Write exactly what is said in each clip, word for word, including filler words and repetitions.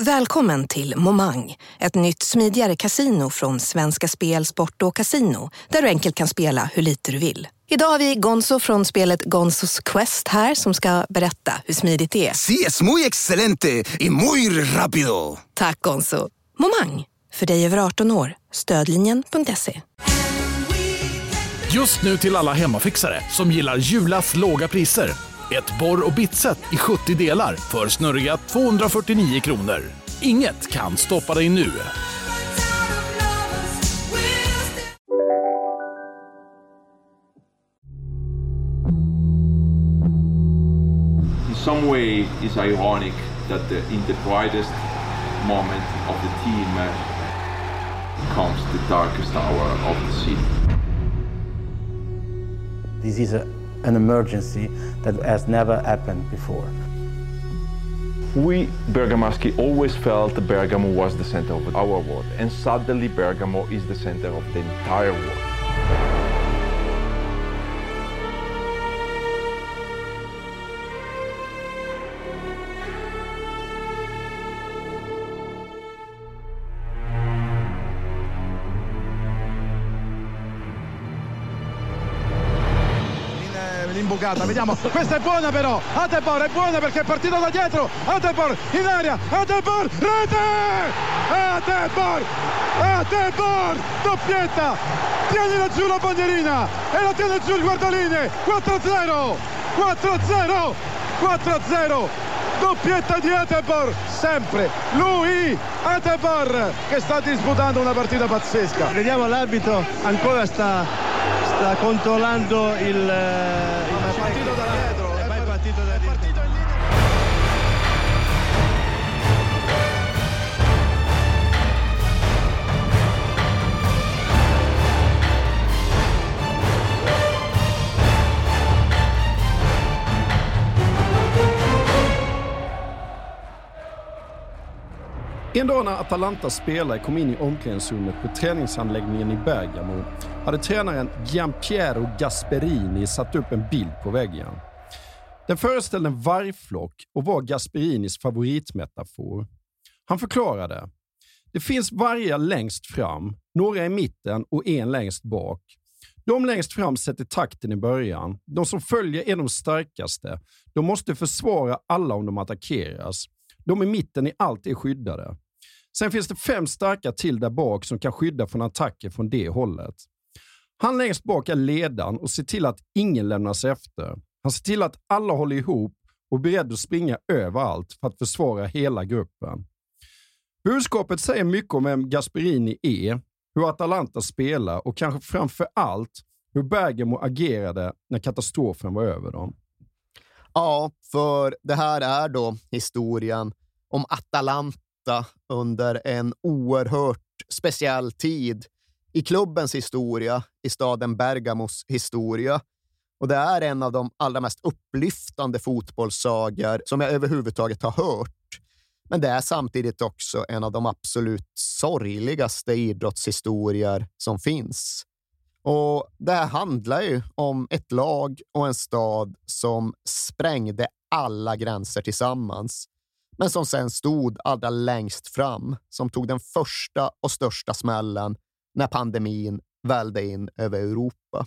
Välkommen till Momang, ett nytt smidigare kasino från Svenska Spel, Sport och Casino, där du enkelt kan spela hur lite du vill. Idag har vi Gonzo från spelet Gonzos Quest här som ska berätta hur smidigt det är. Sí, es muy excelente y muy rápido. Tack Gonzo. Momang, för dig över arton år. Stödlinjen punkt se. Just nu till alla hemmafixare som gillar Julas låga priser. Ett borr- och bitset i sjuttio delar för snurriga tvåhundrafyrtionio kronor. Inget kan stoppa dig nu. In some way it's ironic that the, in the brightest moment of the team uh, comes the darkest hour of the city. This is a, an emergency that has never happened before. We Bergamaschi always felt that Bergamo was the center of our world, and suddenly Bergamo is the center of the entire world. L'imbucata, vediamo, questa è buona però, Atebor è buona perché è partito da dietro, Atebor in aria, Atebor, rete, Atebor, Atebor, doppietta, tienila giù la bandierina e la tiene giù il guardaline, quattro a zero, quattro a zero, quattro a zero, doppietta di Atebor, sempre lui, Atebor, che sta disputando una partita pazzesca. Vediamo l'arbitro, ancora sta... sta controllando il, il è partito da dietro, è, è partito da dietro. Partito in linea. En dag när Atalanta spelare kom in i omklädningsrummet på träningsanläggningen i Bergamo hade tränaren Gianpiero Gasperini satt upp en bild på väggen. Den föreställde en vargflock och var Gasperinis favoritmetafor. Han förklarade: det finns vargar längst fram, några i mitten och en längst bak. De längst fram sätter takten i början. De som följer är de starkaste. De måste försvara alla om de attackeras. De i mitten är alltid skyddade. Sen finns det fem starka till där bak som kan skydda från attacker från det hållet. Han längst bak är ledaren och ser till att ingen lämnas efter. Han ser till att alla håller ihop och är beredd att springa överallt för att försvara hela gruppen. Budskapet säger mycket om vem Gasperini är, hur Atalanta spelar och kanske framför allt hur Bergamo agerade när katastrofen var över dem. Ja, för det här är då historien om Atalanta under en oerhört speciell tid i klubbens historia, i staden Bergamos historia. Och det är en av de allra mest upplyftande fotbollssagor som jag överhuvudtaget har hört. Men det är samtidigt också en av de absolut sorgligaste idrottshistorier som finns. Och det här handlar ju om ett lag och en stad som sprängde alla gränser tillsammans. Men som sen stod allra längst fram, som tog den första och största smällen när pandemin välde in över Europa.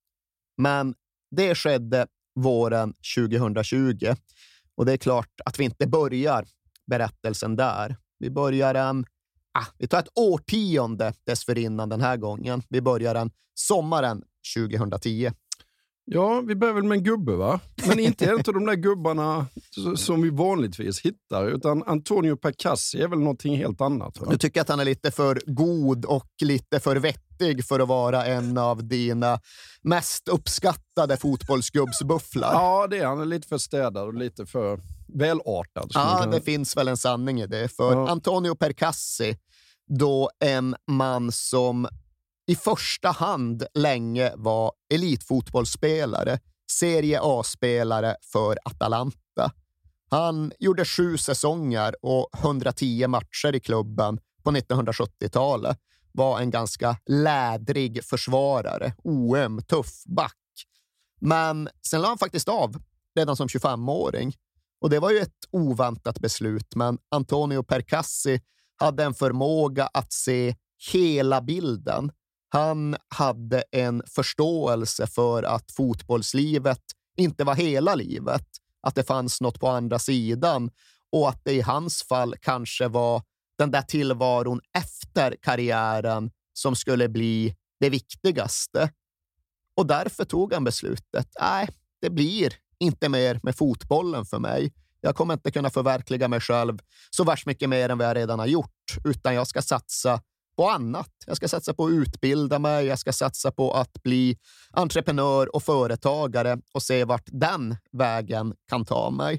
Men det skedde våren tjugohundratjugo och det är klart att vi inte börjar berättelsen där. Vi börjar en, ah, vi tar ett årtionde dessförinnan den här gången. Vi börjar en sommaren tjugohundratio. Ja, vi börjar väl med en gubbe, va? Men inte en av de där gubbarna som vi vanligtvis hittar, utan Antonio Percassi är väl någonting helt annat, va? Du tycker att han är lite för god och lite för vettig för att vara en av dina mest uppskattade fotbollsgubbsbufflar. Ja, det är han. Är lite för städad och lite för välartad. Ja, kan... det finns väl en sanning i det. För ja. Antonio Percassi, då en man som i första hand länge var elitfotbollsspelare, Serie A-spelare för Atalanta. Han gjorde sju säsonger och hundratio matcher i klubben på nittonhundrasjuttiotalet. Var en ganska lädrig försvarare, oöm, tuff back. Men sen la han faktiskt av redan som tjugofemåring Och det var ju ett oväntat beslut, men Antonio Percassi hade en förmåga att se hela bilden. Han hade en förståelse för att fotbollslivet inte var hela livet, att det fanns något på andra sidan och att det i hans fall kanske var den där tillvaron efter karriären som skulle bli det viktigaste. Och därför tog han beslutet. Nej, det blir inte mer med fotbollen för mig. Jag kommer inte kunna förverkliga mig själv så värst mycket mer än vad jag redan har gjort, utan jag ska satsa på annat. Jag ska satsa på att utbilda mig, jag ska satsa på att bli entreprenör och företagare och se vart den vägen kan ta mig.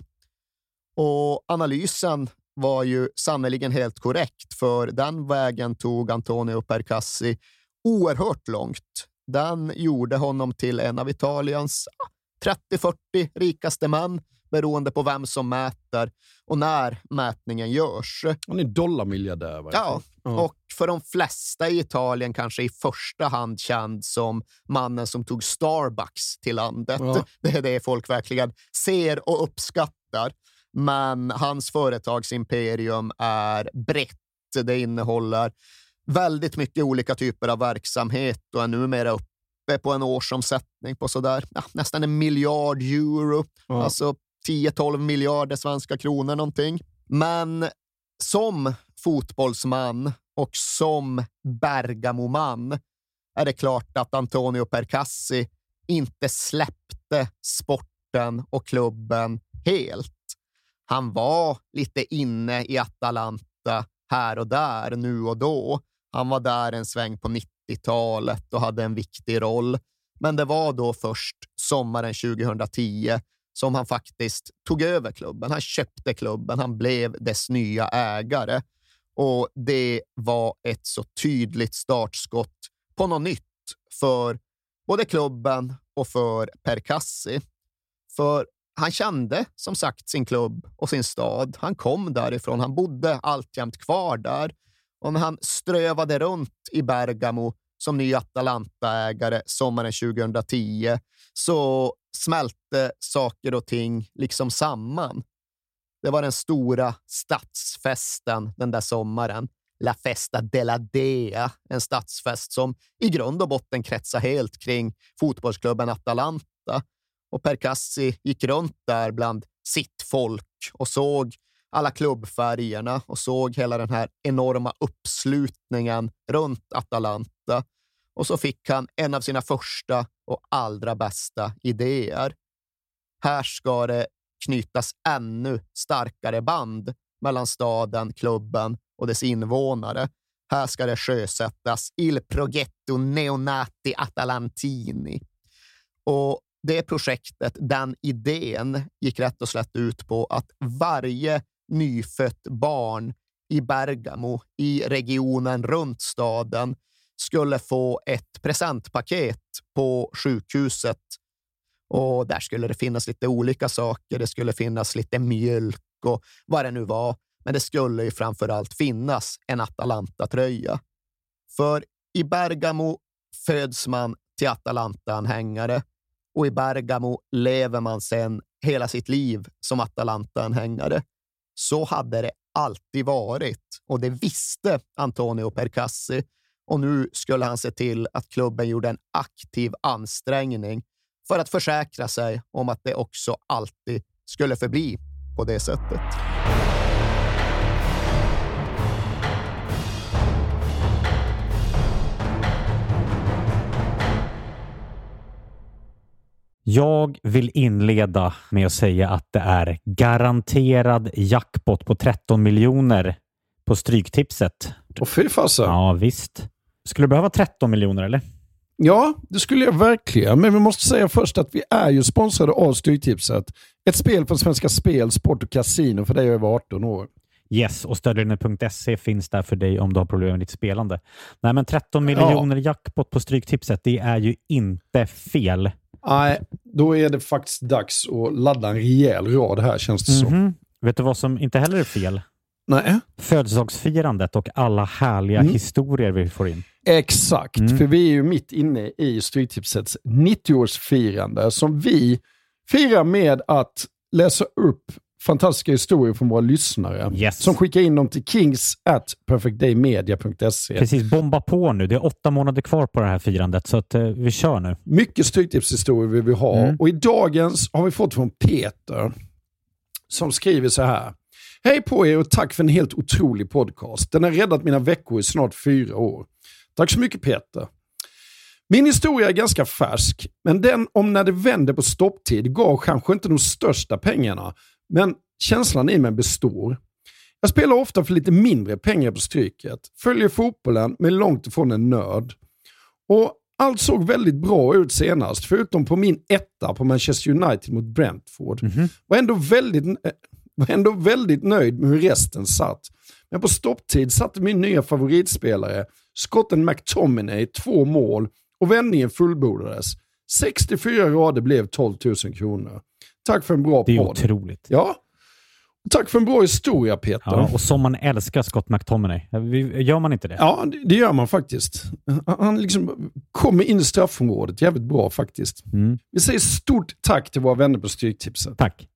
Och analysen var ju sannoliken helt korrekt, för den vägen tog Antonio Percassi oerhört långt. Den gjorde honom till en av Italiens trettio fyrtio rikaste män, beroende på vem som mäter och när mätningen görs. Han är dollarmiljardär. Ja, ja, och för de flesta i Italien kanske i första hand känd som mannen som tog Starbucks till landet. Ja. Det är det folk verkligen ser och uppskattar. Men hans företagsimperium är brett. Det innehåller väldigt mycket olika typer av verksamhet och är numera uppe på en årsomsättning på sådär ja, nästan en miljard euro. Ja. Alltså tio till tolv miljarder svenska kronor någonting. Men som fotbollsman och som Bergamoman är det klart att Antonio Percassi inte släppte sporten och klubben helt. Han var lite inne i Atalanta här och där, nu och då. Han var där en sväng på nittiotalet och hade en viktig roll. Men det var då först sommaren tjugohundratio som han faktiskt tog över klubben. Han köpte klubben, han blev dess nya ägare. Och det var ett så tydligt startskott på något nytt för både klubben och för Percassi. För han kände som sagt sin klubb och sin stad. Han kom därifrån, han bodde alltjämt kvar där. Och när han strövade runt i Bergamo som ny Atalanta-ägare sommaren tjugohundratio så smälte saker och ting liksom samman. Det var den stora stadsfesten den där sommaren. La Festa della Dea, en stadsfest som i grund och botten kretsar helt kring fotbollsklubben Atalanta. Och Percassi gick runt där bland sitt folk och såg alla klubbfärgerna och såg hela den här enorma uppslutningen runt Atalanta. Och så fick han en av sina första och allra bästa idéer. Här ska det knytas ännu starkare band mellan staden, klubben och dess invånare. Här ska det sjösättas Il Progetto Neonati Atalantini. Och det projektet, den idén gick rätt och slätt ut på att varje nyfött barn i Bergamo, i regionen runt staden, skulle få ett presentpaket på sjukhuset. Och där skulle det finnas lite olika saker. Det skulle finnas lite mjölk och vad det nu var. Men det skulle ju framförallt finnas en Atalanta-tröja. För i Bergamo föds man till Atalanta-anhängare. Och i Bergamo lever man sedan hela sitt liv som Atalanta-anhängare. Så hade det alltid varit. Och det visste Antonio Percassi. Och nu skulle han se till att klubben gjorde en aktiv ansträngning för att försäkra sig om att det också alltid skulle förbli på det sättet. Jag vill inleda med att säga att det är garanterad jackpot på tretton miljoner på Stryktipset. Och fy fasen. Ja, visst. Skulle du behöva tretton miljoner, eller? Ja, det skulle jag verkligen. Men vi måste säga först att vi är ju sponsrade av Stryktipset. Ett spel från Svenska Spel, Sport och Casino för dig över arton år. Yes, och stödlinjen punkt se finns där för dig om du har problem med ditt spelande. Nej, men tretton miljoner ja. jackpot på Stryktipset, det är ju inte fel. Nej, då är det faktiskt dags att ladda en rejäl rad här, känns det mm-hmm. som. Vet du vad som inte heller är fel? Nej. Födelsedagsfirandet och alla härliga mm. historier vi får in. Exakt, mm. för vi är ju mitt inne i Stryktipsets nittio-årsfirande som vi firar med att läsa upp fantastiska historier från våra lyssnare. Yes. Som skickar in dem till kings at perfect day media punkt se. Precis, bomba på nu. Det är åtta månader kvar på det här firandet, så att, eh, vi kör nu. Mycket stryktipshistorier vill vi ha. Mm. Och i dagens har vi fått från Peter som skriver så här. Hej på er och tack för en helt otrolig podcast. Den har räddat mina veckor i snart fyra år. Tack så mycket Peter. Min historia är ganska färsk, men den om när det vände på stopptid gav kanske inte de största pengarna, men känslan i mig består. Jag spelar ofta för lite mindre pengar på stryket, följer fotbollen men långt ifrån en nörd. Och allt såg väldigt bra ut senast, förutom på min etta på Manchester United mot Brentford. Mm-hmm. Var ändå väldigt, var ändå väldigt nöjd med hur resten satt. Men på stopptid satte min nya favoritspelare, Scotten McTominay, två mål och vändningen fullbordades. sextiofyra rader blev tolv tusen kronor. Tack för en bra podd. Det är podd. Otroligt. Ja. Och tack för en bra historia, Peter. Ja, och som man älskar Scott McTominay. Gör man inte det? Ja, det gör man faktiskt. Han liksom kommer in i straffområdet jävligt bra faktiskt. Mm. Vi säger stort tack till våra vänner på Stryktipset. Tack.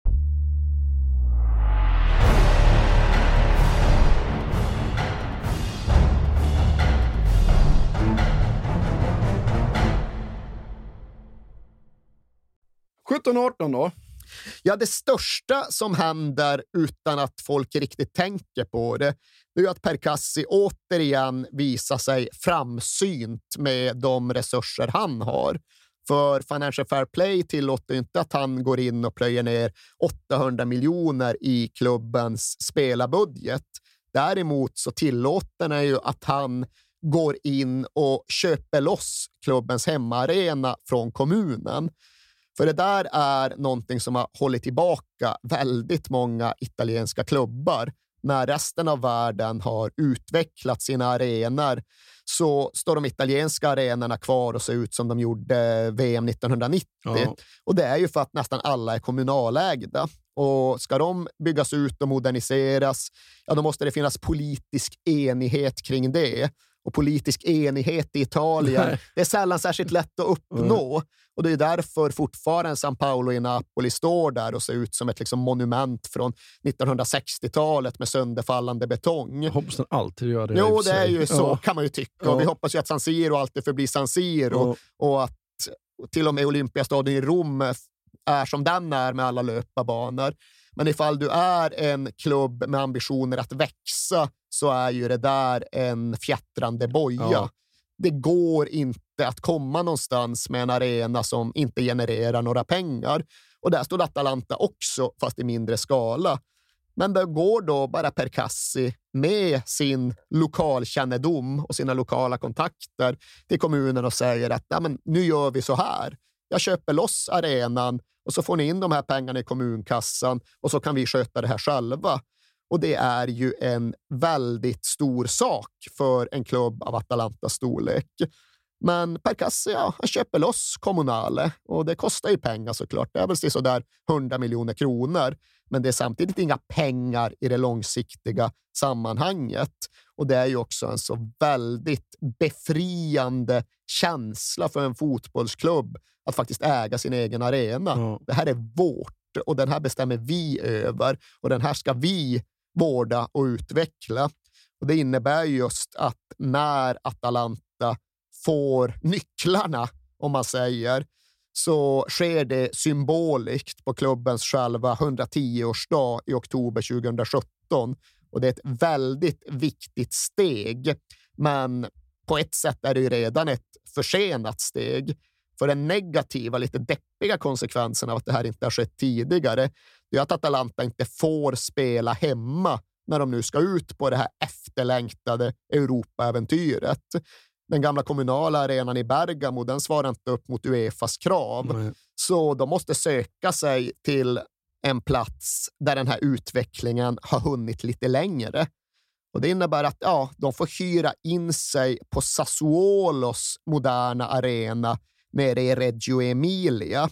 sjutton arton då? Ja, det största som händer utan att folk riktigt tänker på det, det är ju att Perkassi återigen visar sig framsynt med de resurser han har. För Financial Fair Play tillåter inte att han går in och plöjer ner åttahundra miljoner i klubbens spelarbudget. Däremot så tillåter det ju att han går in och köper loss klubbens hemmaarena från kommunen. För det där är någonting som har hållit tillbaka väldigt många italienska klubbar. När resten av världen har utvecklat sina arenor så står de italienska arenorna kvar och ser ut som de gjorde V M nittonhundranittio. Ja. Och det är ju för att nästan alla är kommunalägda. Och ska de byggas ut och moderniseras, ja då måste det finnas politisk enighet kring det. Och politisk enighet i Italien, det är sällan särskilt lätt att uppnå. Mm. Och det är därför fortfarande San Paolo i Napoli står där och ser ut som ett liksom monument från nittonhundrasextiotalet med sönderfallande betong. Jag hoppas den alltid gör det. Jo, det är ju så ja. kan man ju tycka. Ja. Och vi hoppas ju att San Siro alltid förblir San Siro. Ja. Och att till och med Olympiastadion i Rom är som den är med alla löparbanor. Men ifall du är en klubb med ambitioner att växa så är ju det där en fjättrande boja. Ja. Det går inte att komma någonstans med en arena som inte genererar några pengar. Och där står Atalanta också, fast i mindre skala. Men det går då bara Perkassi med sin lokalkännedom och sina lokala kontakter till kommunen och säger att ja, men nu gör vi så här. Jag köper loss arenan och så får ni in de här pengarna i kommunkassan och så kan vi sköta det här själva. Och det är ju en väldigt stor sak för en klubb av Atalantas storlek. Men Perkassi, ja, han köper loss Comunale och det kostar ju pengar såklart. Det är väl så där hundra miljoner kronor. Men det är samtidigt inga pengar i det långsiktiga sammanhanget. Och det är ju också en så väldigt befriande känsla för en fotbollsklubb att faktiskt äga sin egen arena. Mm. Det här är vårt och den här bestämmer vi över och den här ska vi vårda och utveckla. Och det innebär just att när Atalanta får nycklarna, om man säger, så sker det symboliskt på klubbens själva hundratio-årsdag i oktober tjugohundrasjutton. Och det är ett väldigt viktigt steg. Men på ett sätt är det ju redan ett försenat steg. För den negativa, lite deppiga konsekvensen av att det här inte har skett tidigare, det är att Atalanta inte får spela hemma när de nu ska ut på det här efterlängtade Europa-äventyret. Den gamla kommunala arenan i Bergamo, den svarar inte upp mot UEFAs krav. Mm. Så de måste söka sig till en plats där den här utvecklingen har hunnit lite längre. Och det innebär att ja, de får hyra in sig på Sassuolos moderna arena nere i Reggio Emilia.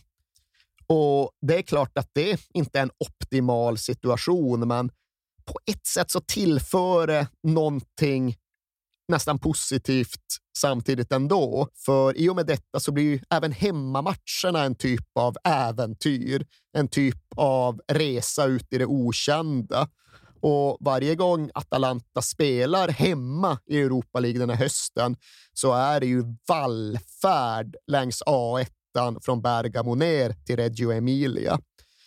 Och det är klart att det inte är en optimal situation, men på ett sätt så tillför det någonting nästan positivt samtidigt ändå. För i och med detta så blir ju även hemmamatcherna en typ av äventyr. En typ av resa ut i det okända. Och varje gång Atalanta spelar hemma i Europa League den här hösten så är det ju vallfärd längs A ett från Bergamo ner till Reggio Emilia.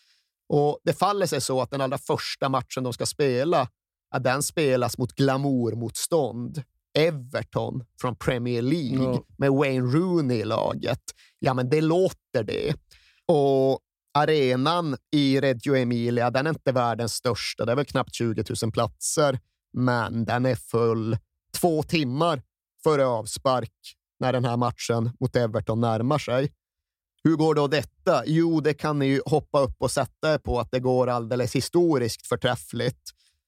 Och det faller sig så att den allra första matchen de ska spela, att den spelas mot glamourmotstånd. Everton från Premier League mm. med Wayne Rooney i laget. Ja, men det låter det. Och arenan i Reggio Emilia, den är inte världens största. Det är väl knappt tjugo tusen platser. Men den är full två timmar före avspark när den här matchen mot Everton närmar sig. Hur går då detta? Jo, det kan ni ju hoppa upp och sätta er på att det går alldeles historiskt förträffligt.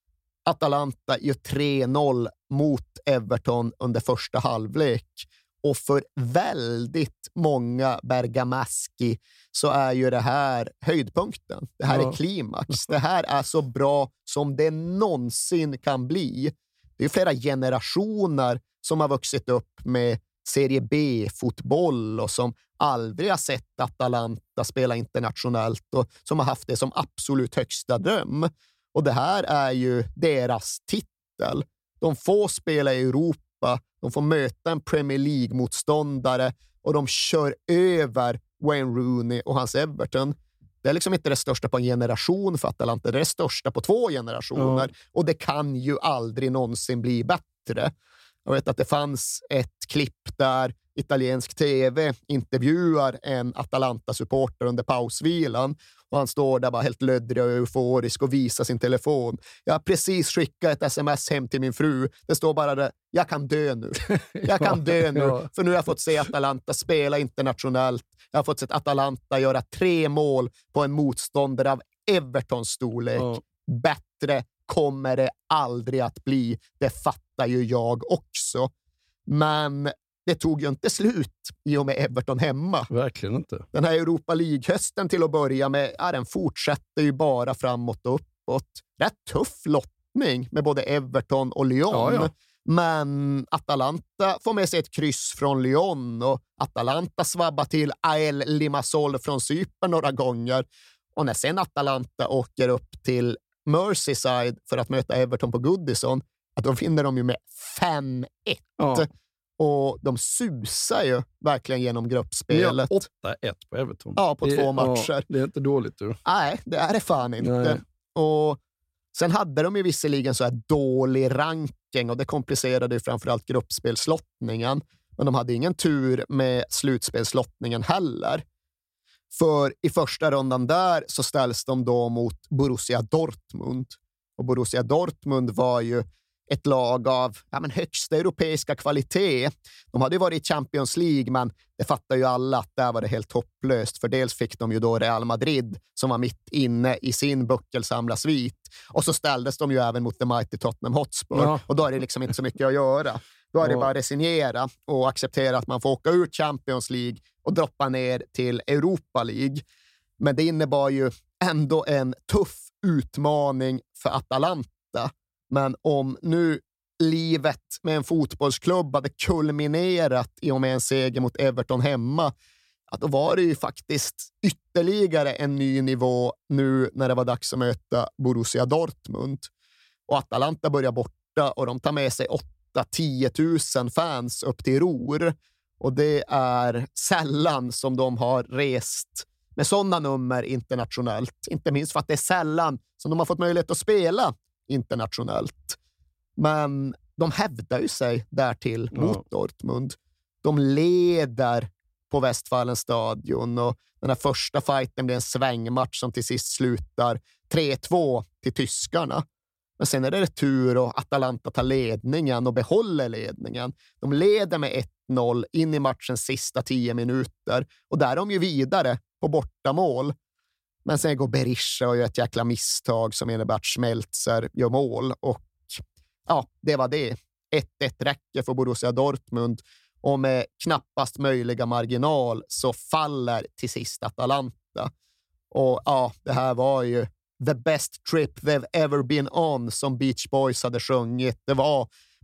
Atalanta gör tre noll mot Everton under första halvlek. Och för väldigt många bergamaschi så är ju det här höjdpunkten. Det här ja. är klimax. Det här är så bra som det någonsin kan bli. Det är flera generationer som har vuxit upp med Serie B-fotboll och som aldrig har sett Atalanta spela internationellt och som har haft det som absolut högsta dröm. Och det här är ju deras titel. De får spela i Europa, de får möta en Premier League-motståndare och de kör över Wayne Rooney och hans Everton. Det är liksom inte det största på en generation för Atalanta, det är det största på två generationer. Mm. Och det kan ju aldrig någonsin bli bättre. Jag vet att det fanns ett klipp där italiensk tv intervjuar en Atalanta-supporter under pausvilan och han står där bara helt löddrig och euforisk och visar sin telefon. Jag har precis skickat ett sms hem till min fru. Det står bara där, jag kan dö nu. Jag kan dö nu, ja. För nu har jag fått se Atalanta spela internationellt. Jag har fått se Atalanta göra tre mål på en motståndare av Evertons storlek. Ja. Bättre kommer det aldrig att bli. Det fattar ju jag också. Men det tog ju inte slut i och med Everton hemma. Verkligen inte. Den här Europa League-hösten till att börja med, ja, den fortsätter ju bara framåt och uppåt. Rätt tuff lottning med både Everton och Lyon. Ja, ja. Men Atalanta får med sig ett kryss från Lyon och Atalanta svabbar till A L Limassol från Cypern några gånger. Och när sen Atalanta åker upp till Merseyside för att möta Everton på Goodison, att då vinner de ju med fem ett. Ja. Och de susar ju verkligen genom gruppspelet. åtta ett på Everton. Ja, på det, två matcher. Ja, det är inte dåligt. Du. Nej, det är det fan inte. Nej. Och sen hade de ju visserligen så här dålig ranking och det komplicerade ju framförallt gruppspelslottningen. Men de hade ingen tur med slutspelslottningen heller. För i första rundan där så ställs de då mot Borussia Dortmund. Och Borussia Dortmund var ju ett lag av ja, men högsta europeiska kvalitet. De hade ju varit i Champions League, men det fattar ju alla att där var det helt hopplöst. För dels fick de ju då Real Madrid som var mitt inne i sin buckelsamlarsvit. Och så ställdes de ju även mot the mighty Tottenham Hotspur. Ja. Och då är det liksom inte så mycket att göra. Då är det ja. bara resignera och acceptera att man får åka ut Champions League och droppa ner till Europa League. Men det innebar ju ändå en tuff utmaning för Atalanta. Men om nu livet med en fotbollsklubb hade kulminerat i och med en seger mot Everton hemma, att då var det ju faktiskt ytterligare en ny nivå nu när det var dags att möta Borussia Dortmund. Och Atalanta börjar borta och de tar med sig åtta till tio tusen fans upp till Ruhr. Och det är sällan som de har rest med sådana nummer internationellt. Inte minst för att det är sällan som de har fått möjlighet att spela internationellt. Men de hävdar ju sig därtill ja. mot Dortmund. De leder på Westfalenstadion och den här första fighten blir en svängmatch som till sist slutar tre två till tyskarna. Men sen är det retur och Atalanta tar ledningen och behåller ledningen. De leder med ett noll in i matchens sista tio minuter och där är de ju vidare på bortamål. Men sen går Berisha och gör ett jäkla misstag som innebär att Schmelzer gör mål. Och ja, det var det. ett ett räcker för Borussia Dortmund. Och med knappast möjliga marginal så faller till sist Atalanta. Och ja, det här var ju the best trip they've ever been on som Beach Boys hade sjungit. Det var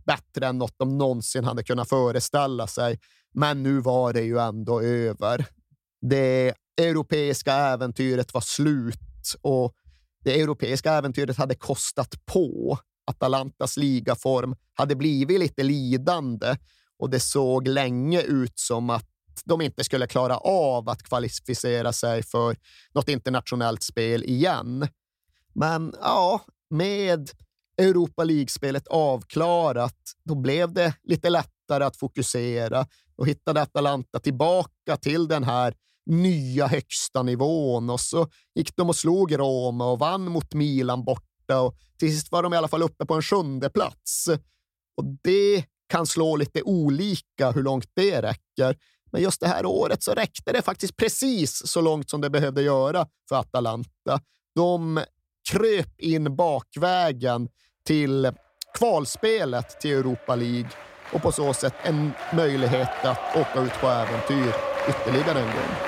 bättre än något de någonsin hade kunnat föreställa sig. Men nu var det ju ändå över. Det europeiska äventyret var slut och det europeiska äventyret hade kostat på. Atalantas ligaform hade blivit lite lidande och det såg länge ut som att de inte skulle klara av att kvalificera sig för något internationellt spel igen. Men ja, med Europa League-spelet avklarat, då blev det lite lättare att fokusera och hittade Atalanta tillbaka till den här nya högsta nivån och så gick de och slog Roma och vann mot Milan borta och till sist var de i alla fall uppe på en sjunde plats. Och det kan slå lite olika hur långt det räcker. Men just det här året så räckte det faktiskt precis så långt som det behövde göra för Atalanta. De kröp in bakvägen till kvalspelet till Europa League och på så sätt en möjlighet att åka ut på äventyr ytterligare en gång.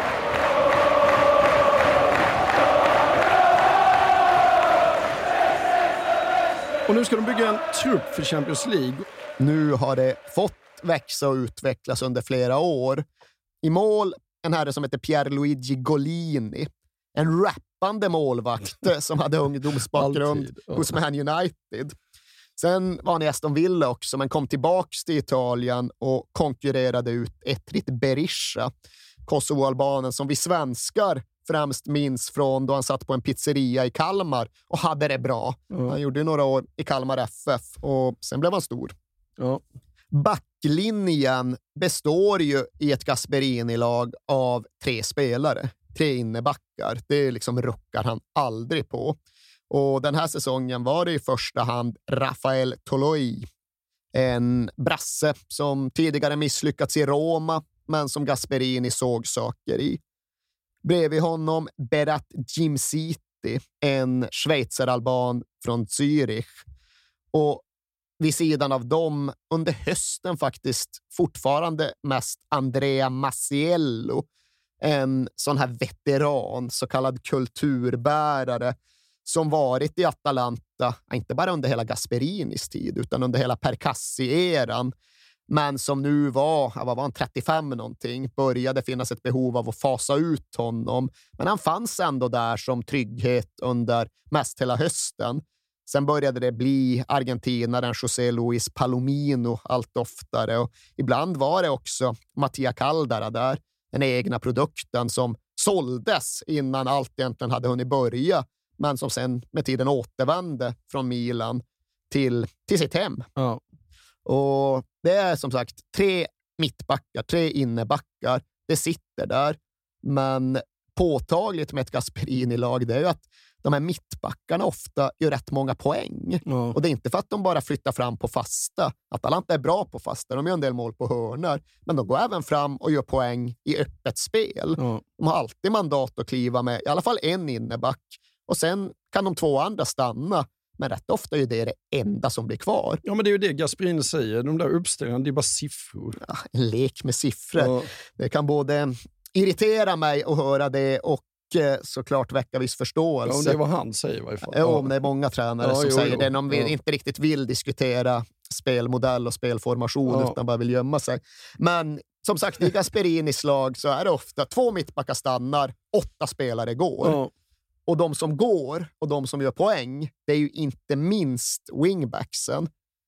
Och nu ska de bygga en trupp för Champions League. Nu har det fått växa och utvecklas under flera år. I mål en herre som heter Pierluigi Golini. En rappande målvakt som hade ungdomsbakgrund ja. hos Man United. Sen var han i Aston Villa också, men kom tillbaks till Italien och konkurrerade ut Etrit Berisha, Kosovo-albanen som vi svenskar främst minns från då han satt på en pizzeria i Kalmar och hade det bra. Mm. Han gjorde några år i Kalmar F F och sen blev han stor. Ja. Backlinjen består ju i ett Gasperini-lag av tre spelare. Tre innebackar. Det liksom ruckar han aldrig på. Och den här säsongen var det i första hand Rafael Toloi. En brasse som tidigare misslyckats i Roma men som Gasperini såg saker i. Bredvid honom Berat Jimsiti, en schweizeralban från Zürich. Och vid sidan av dem under hösten faktiskt fortfarande mest Andrea Maciello. En sån här veteran, så kallad kulturbärare som varit i Atalanta, inte bara under hela Gasperinis tid utan under hela Percassi-eran. Men som nu var, vad var han, trettiofem någonting, började finnas ett behov av att fasa ut honom. Men han fanns ändå där som trygghet under mest hela hösten. Sen började det bli argentinaren José Luis Palomino allt oftare och ibland var det också Mattia Caldara där, den egna produkten som såldes innan allt egentligen hade hunnit börja men som sen med tiden återvände från Milan till, till sitt hem. Ja. Och det är som sagt tre mittbackar, tre innebackar. Det sitter där. Men påtagligt med ett Gasperini-lag det är ju att de här mittbackarna ofta gör rätt många poäng. Ja. Och det är inte för att de bara flyttar fram på fasta. Atalanta är bra på fasta. De gör en del mål på hörnor. Men de går även fram och gör poäng i öppet spel. Ja. De har alltid mandat att kliva med i alla fall en inneback. Och sen kan de två andra stanna. Men rätt ofta är det det enda som blir kvar. Ja, men det är ju det Gasperini säger. De där uppställningarna, det är bara siffror. Ja, en lek med siffror. Ja. Det kan både irritera mig att höra det och såklart väcka viss förståelse. Ja, det är vad han säger i varje fall. Jo, ja. Det är många tränare ja, som jo, säger jo. det. De ja. inte riktigt vill diskutera spelmodell och spelformation ja. utan bara vill gömma sig. Men som sagt, i Gasperinis lag så är det ofta två mittbackar stannar, åtta spelare går. Ja. Och de som går och de som gör poäng, det är ju inte minst wingbacksen.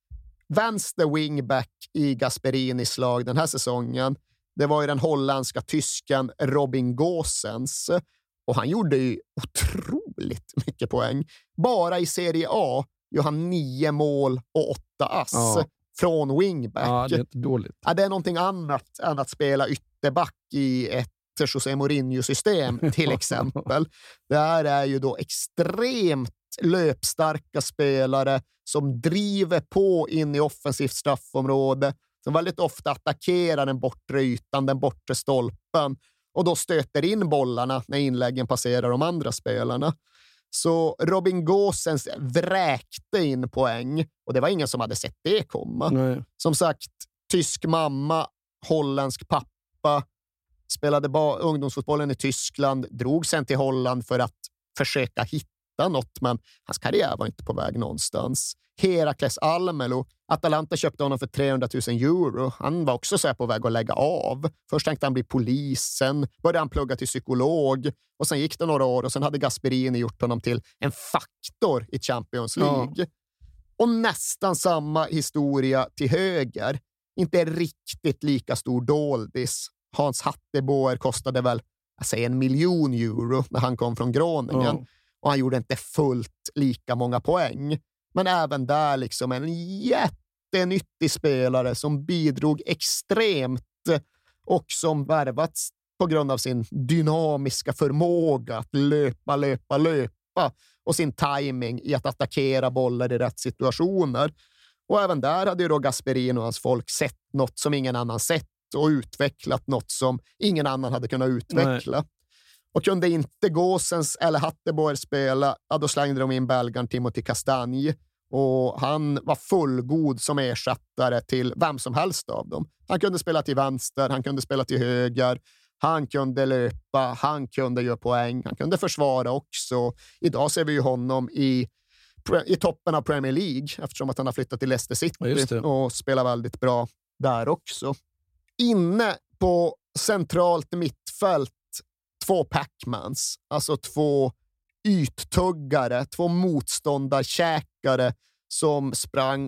Vänster wingback i Gasperinis lag den här säsongen, det var ju den holländska tysken Robin Gosens. Och han gjorde ju otroligt mycket poäng. Bara i Serie A gör han nio mål och åtta ass ja. från wingback. Ja, det är inte dåligt. Ja, det är någonting annat än att spela ytterback i ett José Mourinho-system till exempel. Det här är ju då extremt löpstarka spelare som driver på in i offensivt straffområde, som väldigt ofta attackerar den bortre ytan, den bortre stolpen och då stöter in bollarna när inläggen passerar de andra spelarna. Så Robin Gosens vräkte in poäng och det var ingen som hade sett det komma. Nej. Som sagt, tysk mamma, holländsk pappa, spelade ba- ungdomsfotbollen i Tyskland, drog sen till Holland för att försöka hitta hitta något, men hans karriär var inte på väg någonstans. Herakles Almelo, Atalanta köpte honom för trehundratusen euro. Han var också så här på väg att lägga av. Först tänkte han bli polis, sen började han plugga till psykolog och sen gick det några år och sen hade Gasperini gjort honom till en faktor i Champions League. Ja. Och nästan samma historia till höger. Inte riktigt lika stor doldis. Hans Hatteboer kostade väl jag säger en miljon euro när han kom från Groningen. Ja. Och han gjorde inte fullt lika många poäng. Men även där liksom en jättenyttig spelare som bidrog extremt och som värvats på grund av sin dynamiska förmåga att löpa, löpa, löpa och sin timing i att attackera bollar i rätt situationer. Och även där hade ju då Gasperini och hans folk sett något som ingen annan sett och utvecklat något som ingen annan hade kunnat utveckla. Nej. Och kunde inte Gåsens eller Hatteboer spela, ja, då slängde de in belgaren Timothy Castagne. Och han var fullgod som ersättare till vem som helst av dem. Han kunde spela till vänster, han kunde spela till höger, han kunde löpa, han kunde göra poäng, han kunde försvara också. Idag ser vi ju honom i, i toppen av Premier League eftersom att han har flyttat till Leicester City ja, och spelar väldigt bra där också. Inne på centralt mittfält två Pac-Mans, alltså två yttuggare, två motståndarkäkare som sprang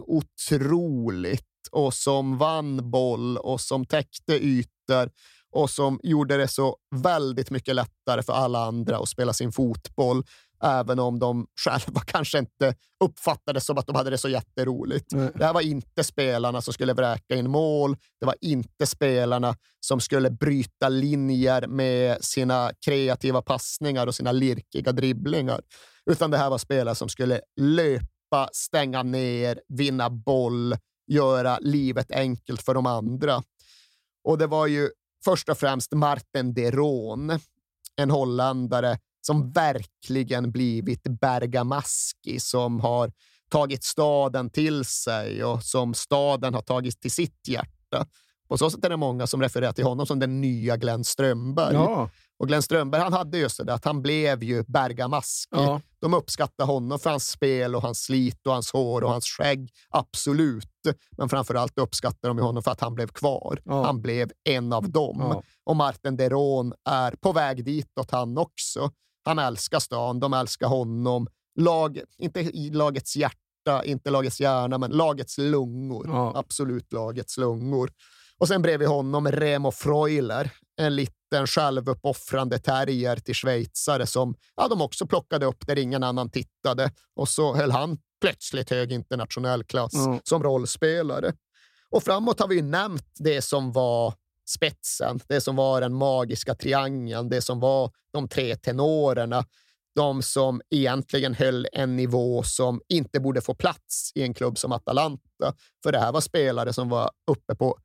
otroligt och som vann boll och som täckte ytor och som gjorde det så väldigt mycket lättare för alla andra att spela sin fotboll, även om de själva kanske inte uppfattade som att de hade det så jätteroligt. Mm. Det här var inte spelarna som skulle vräka in mål. Det var inte spelarna som skulle bryta linjer med sina kreativa passningar och sina lirkiga dribblingar. Utan det här var spelare som skulle löpa, stänga ner, vinna boll, göra livet enkelt för de andra. Och det var ju först och främst Marten de Roon, en holländare som verkligen blivit bergamaski, som har tagit staden till sig och som staden har tagit till sitt hjärta. På så sätt är det många som refererar till honom som den nya Glenn Strömberg. Ja. Och Glenn Strömberg, han hade just det att han blev ju bergamaski. Ja. De uppskattar honom för hans spel och hans slit och hans hår och hans skägg. Absolut. Men framförallt uppskattar de honom för att han blev kvar. Ja. Han blev en av dem. Ja. Och Marten de Roon är på väg ditåt han också. Han älskar stan, de älskar honom. Lag, inte i lagets hjärta, inte lagets hjärna, men lagets lungor. Ja. Absolut lagets lungor. Och sen bredvid honom Remo Freuler, en liten självuppoffrande terrier till schweizare som ja, de också plockade upp där ingen annan tittade. Och så höll han plötsligt hög internationell klass mm. som rollspelare. Och framåt har vi ju nämnt det som var spetsen, det som var den magiska triangeln, det som var de tre tenorerna, de som egentligen höll en nivå som inte borde få plats i en klubb som Atalanta. För det här var spelare som var uppe på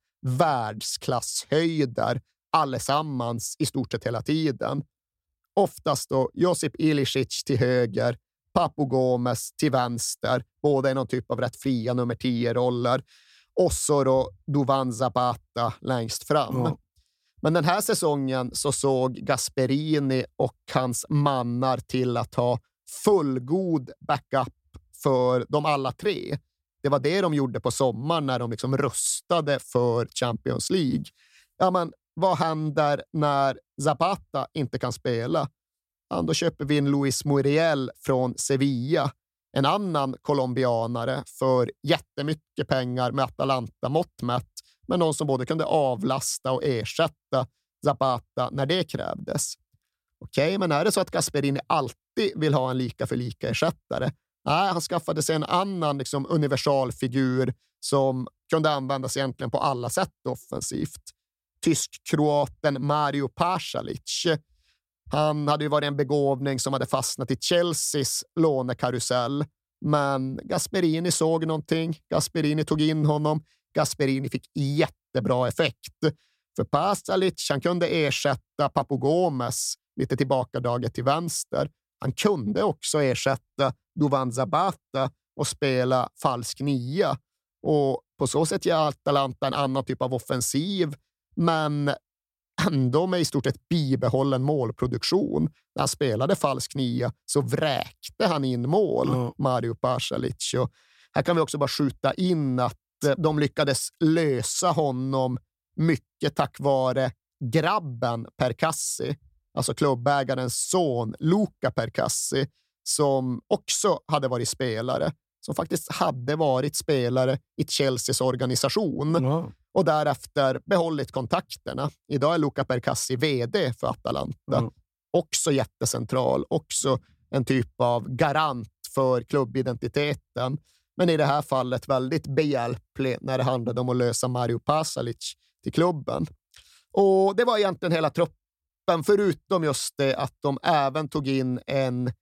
världsklasshöjder allesammans i stort sett hela tiden. Oftast då Josip Ilicic till höger, Papu Gomez till vänster, båda i någon typ av rätt fria nummer tio-roller. Och så då Duvan Zapata längst fram. Mm. Men den här säsongen så såg Gasperini och hans mannar till att ha fullgod backup för de alla tre. Det var det de gjorde på sommaren när de liksom rustade för Champions League. Ja, men vad händer när Zapata inte kan spela? Ja, då köper vi in Luis Muriel från Sevilla. En annan colombianare för jättemycket pengar med Atalanta mått mätt, men någon som både kunde avlasta och ersätta Zapata när det krävdes. Okej, okay, men är det så att Gasperini alltid vill ha en lika för lika ersättare? Nej, han skaffade sig en annan liksom, universalfigur som kunde användas egentligen på alla sätt offensivt. Tysk-kroaten Mario Pasalic. Han hade ju varit en begåvning som hade fastnat i Chelseas lånekarusell. Men Gasperini såg någonting. Gasperini tog in honom. Gasperini fick jättebra effekt. För Pasalic, han kunde ersätta Papu Gomez lite tillbakadraget till vänster. Han kunde också ersätta Duvan Zapata och spela falsk nia. Och på så sätt ger Atalanta en annan typ av offensiv. Men ändå med i stort sett bibehållen målproduktion. När han spelade falsk nia så vräkte han in mål, mm. Mario Pasalic. Och här kan vi också bara skjuta in att de lyckades lösa honom mycket tack vare grabben Perkassi, alltså klubbägarens son Luca Perkassi, som också hade varit spelare, som faktiskt hade varit spelare i Chelseas organisation mm. och därefter behållit kontakterna. Idag är Luca Perkassi vd för Atalanta. Mm. Också jättecentral, också en typ av garant för klubbidentiteten. Men i det här fallet väldigt behjälplig när det handlade om att lösa Mario Pasalic till klubben. Och det var egentligen hela truppen, förutom just det att de även tog in en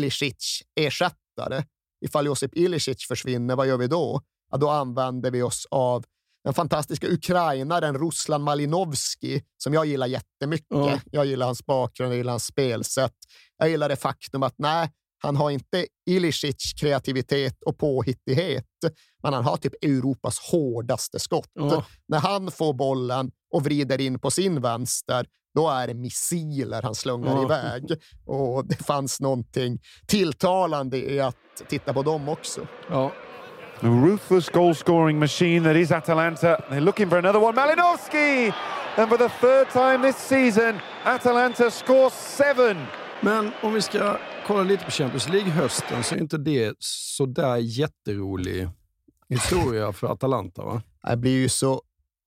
Ilicic-ersättare. Ifall Josip Ilicic försvinner, vad gör vi då? Ja, då använder vi oss av den fantastiska ukrainaren Ruslan Malinovski, som jag gillar jättemycket. Mm. Jag gillar hans bakgrund, jag gillar hans spelsätt. Jag gillar det faktum att nej, han har inte Ilicic kreativitet och påhittighet, men han har typ Europas hårdaste skott. Mm. När han får bollen och vrider in på sin vänster, då är det missiler han slungar mm. iväg. Och det fanns någonting tilltalande i att titta på dem också. Ja. A ruthless goal-scoring machine that is Atalanta. They're looking for another one. Malinowski! And for the third time this season, Atalanta scores seven. Men om vi ska kolla lite på Champions League-hösten så är inte det så där jätterolig historia för Atalanta, va? Det blir ju så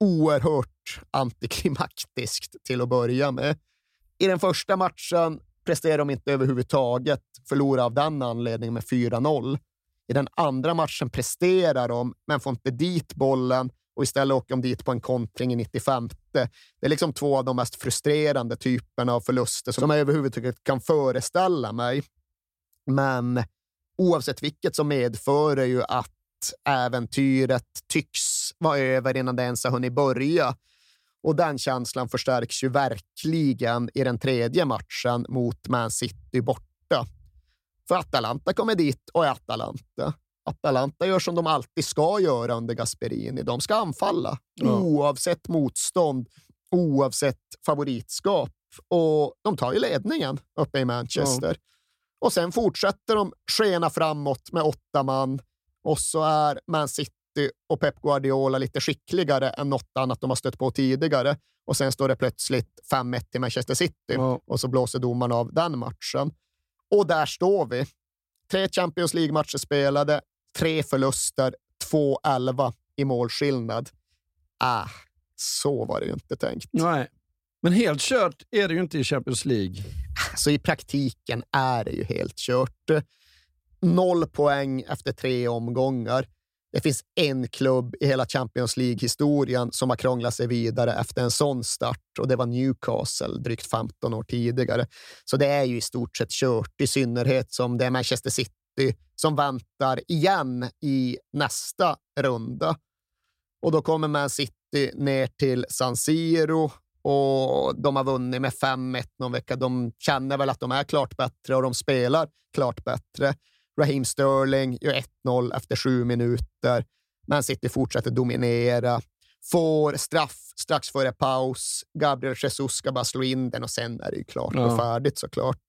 oerhört antiklimaktiskt till att börja med. I den första matchen presterar de inte överhuvudtaget, förlorar av den anledningen med fyra noll. I den andra matchen presterar de, men får inte dit bollen och istället åker de dit på en kontring i nittiofemte. Det är liksom två av de mest frustrerande typerna av förluster som jag överhuvudtaget kan föreställa mig. Men oavsett vilket så medför det ju att äventyret tycks vara över innan det ens har hunnit börja. Och den känslan förstärks ju verkligen i den tredje matchen mot Man City borta. För Atalanta kommer dit och är Atalanta. Atalanta gör som de alltid ska göra under Gasperini. De ska anfalla ja. oavsett motstånd, oavsett favoritskap. Och de tar ju ledningen uppe i Manchester. Ja. Och sen fortsätter de skena framåt med åtta man. Och så är Man City och Pep Guardiola lite skickligare än något annat de har stött på tidigare. Och sen står det plötsligt fem ett till Manchester City. Ja. Och så blåser domaren av den matchen. Och där står vi. Tre Champions League-matcher spelade, tre förluster, två elva i målskillnad. Ah, så var det ju inte tänkt. Nej, men helt kört är det ju inte i Champions League. Så i praktiken är det ju helt kört. Noll poäng efter tre omgångar. Det finns en klubb i hela Champions League-historien som har krånglat sig vidare efter en sån start, och det var Newcastle drygt femton år tidigare. Så det är ju i stort sett kört, i synnerhet som det är Manchester City som väntar igen i nästa runda. Och då kommer Man City ner till San Siro och de har vunnit med fem ett någon vecka. De känner väl att de är klart bättre och de spelar klart bättre. Raheem Sterling gör ett noll efter sju minuter. Man City fortsätter dominera. Får straff strax före paus. Gabriel Jesus ska bara slå in den och sen är det ju klart ja. och färdigt såklart.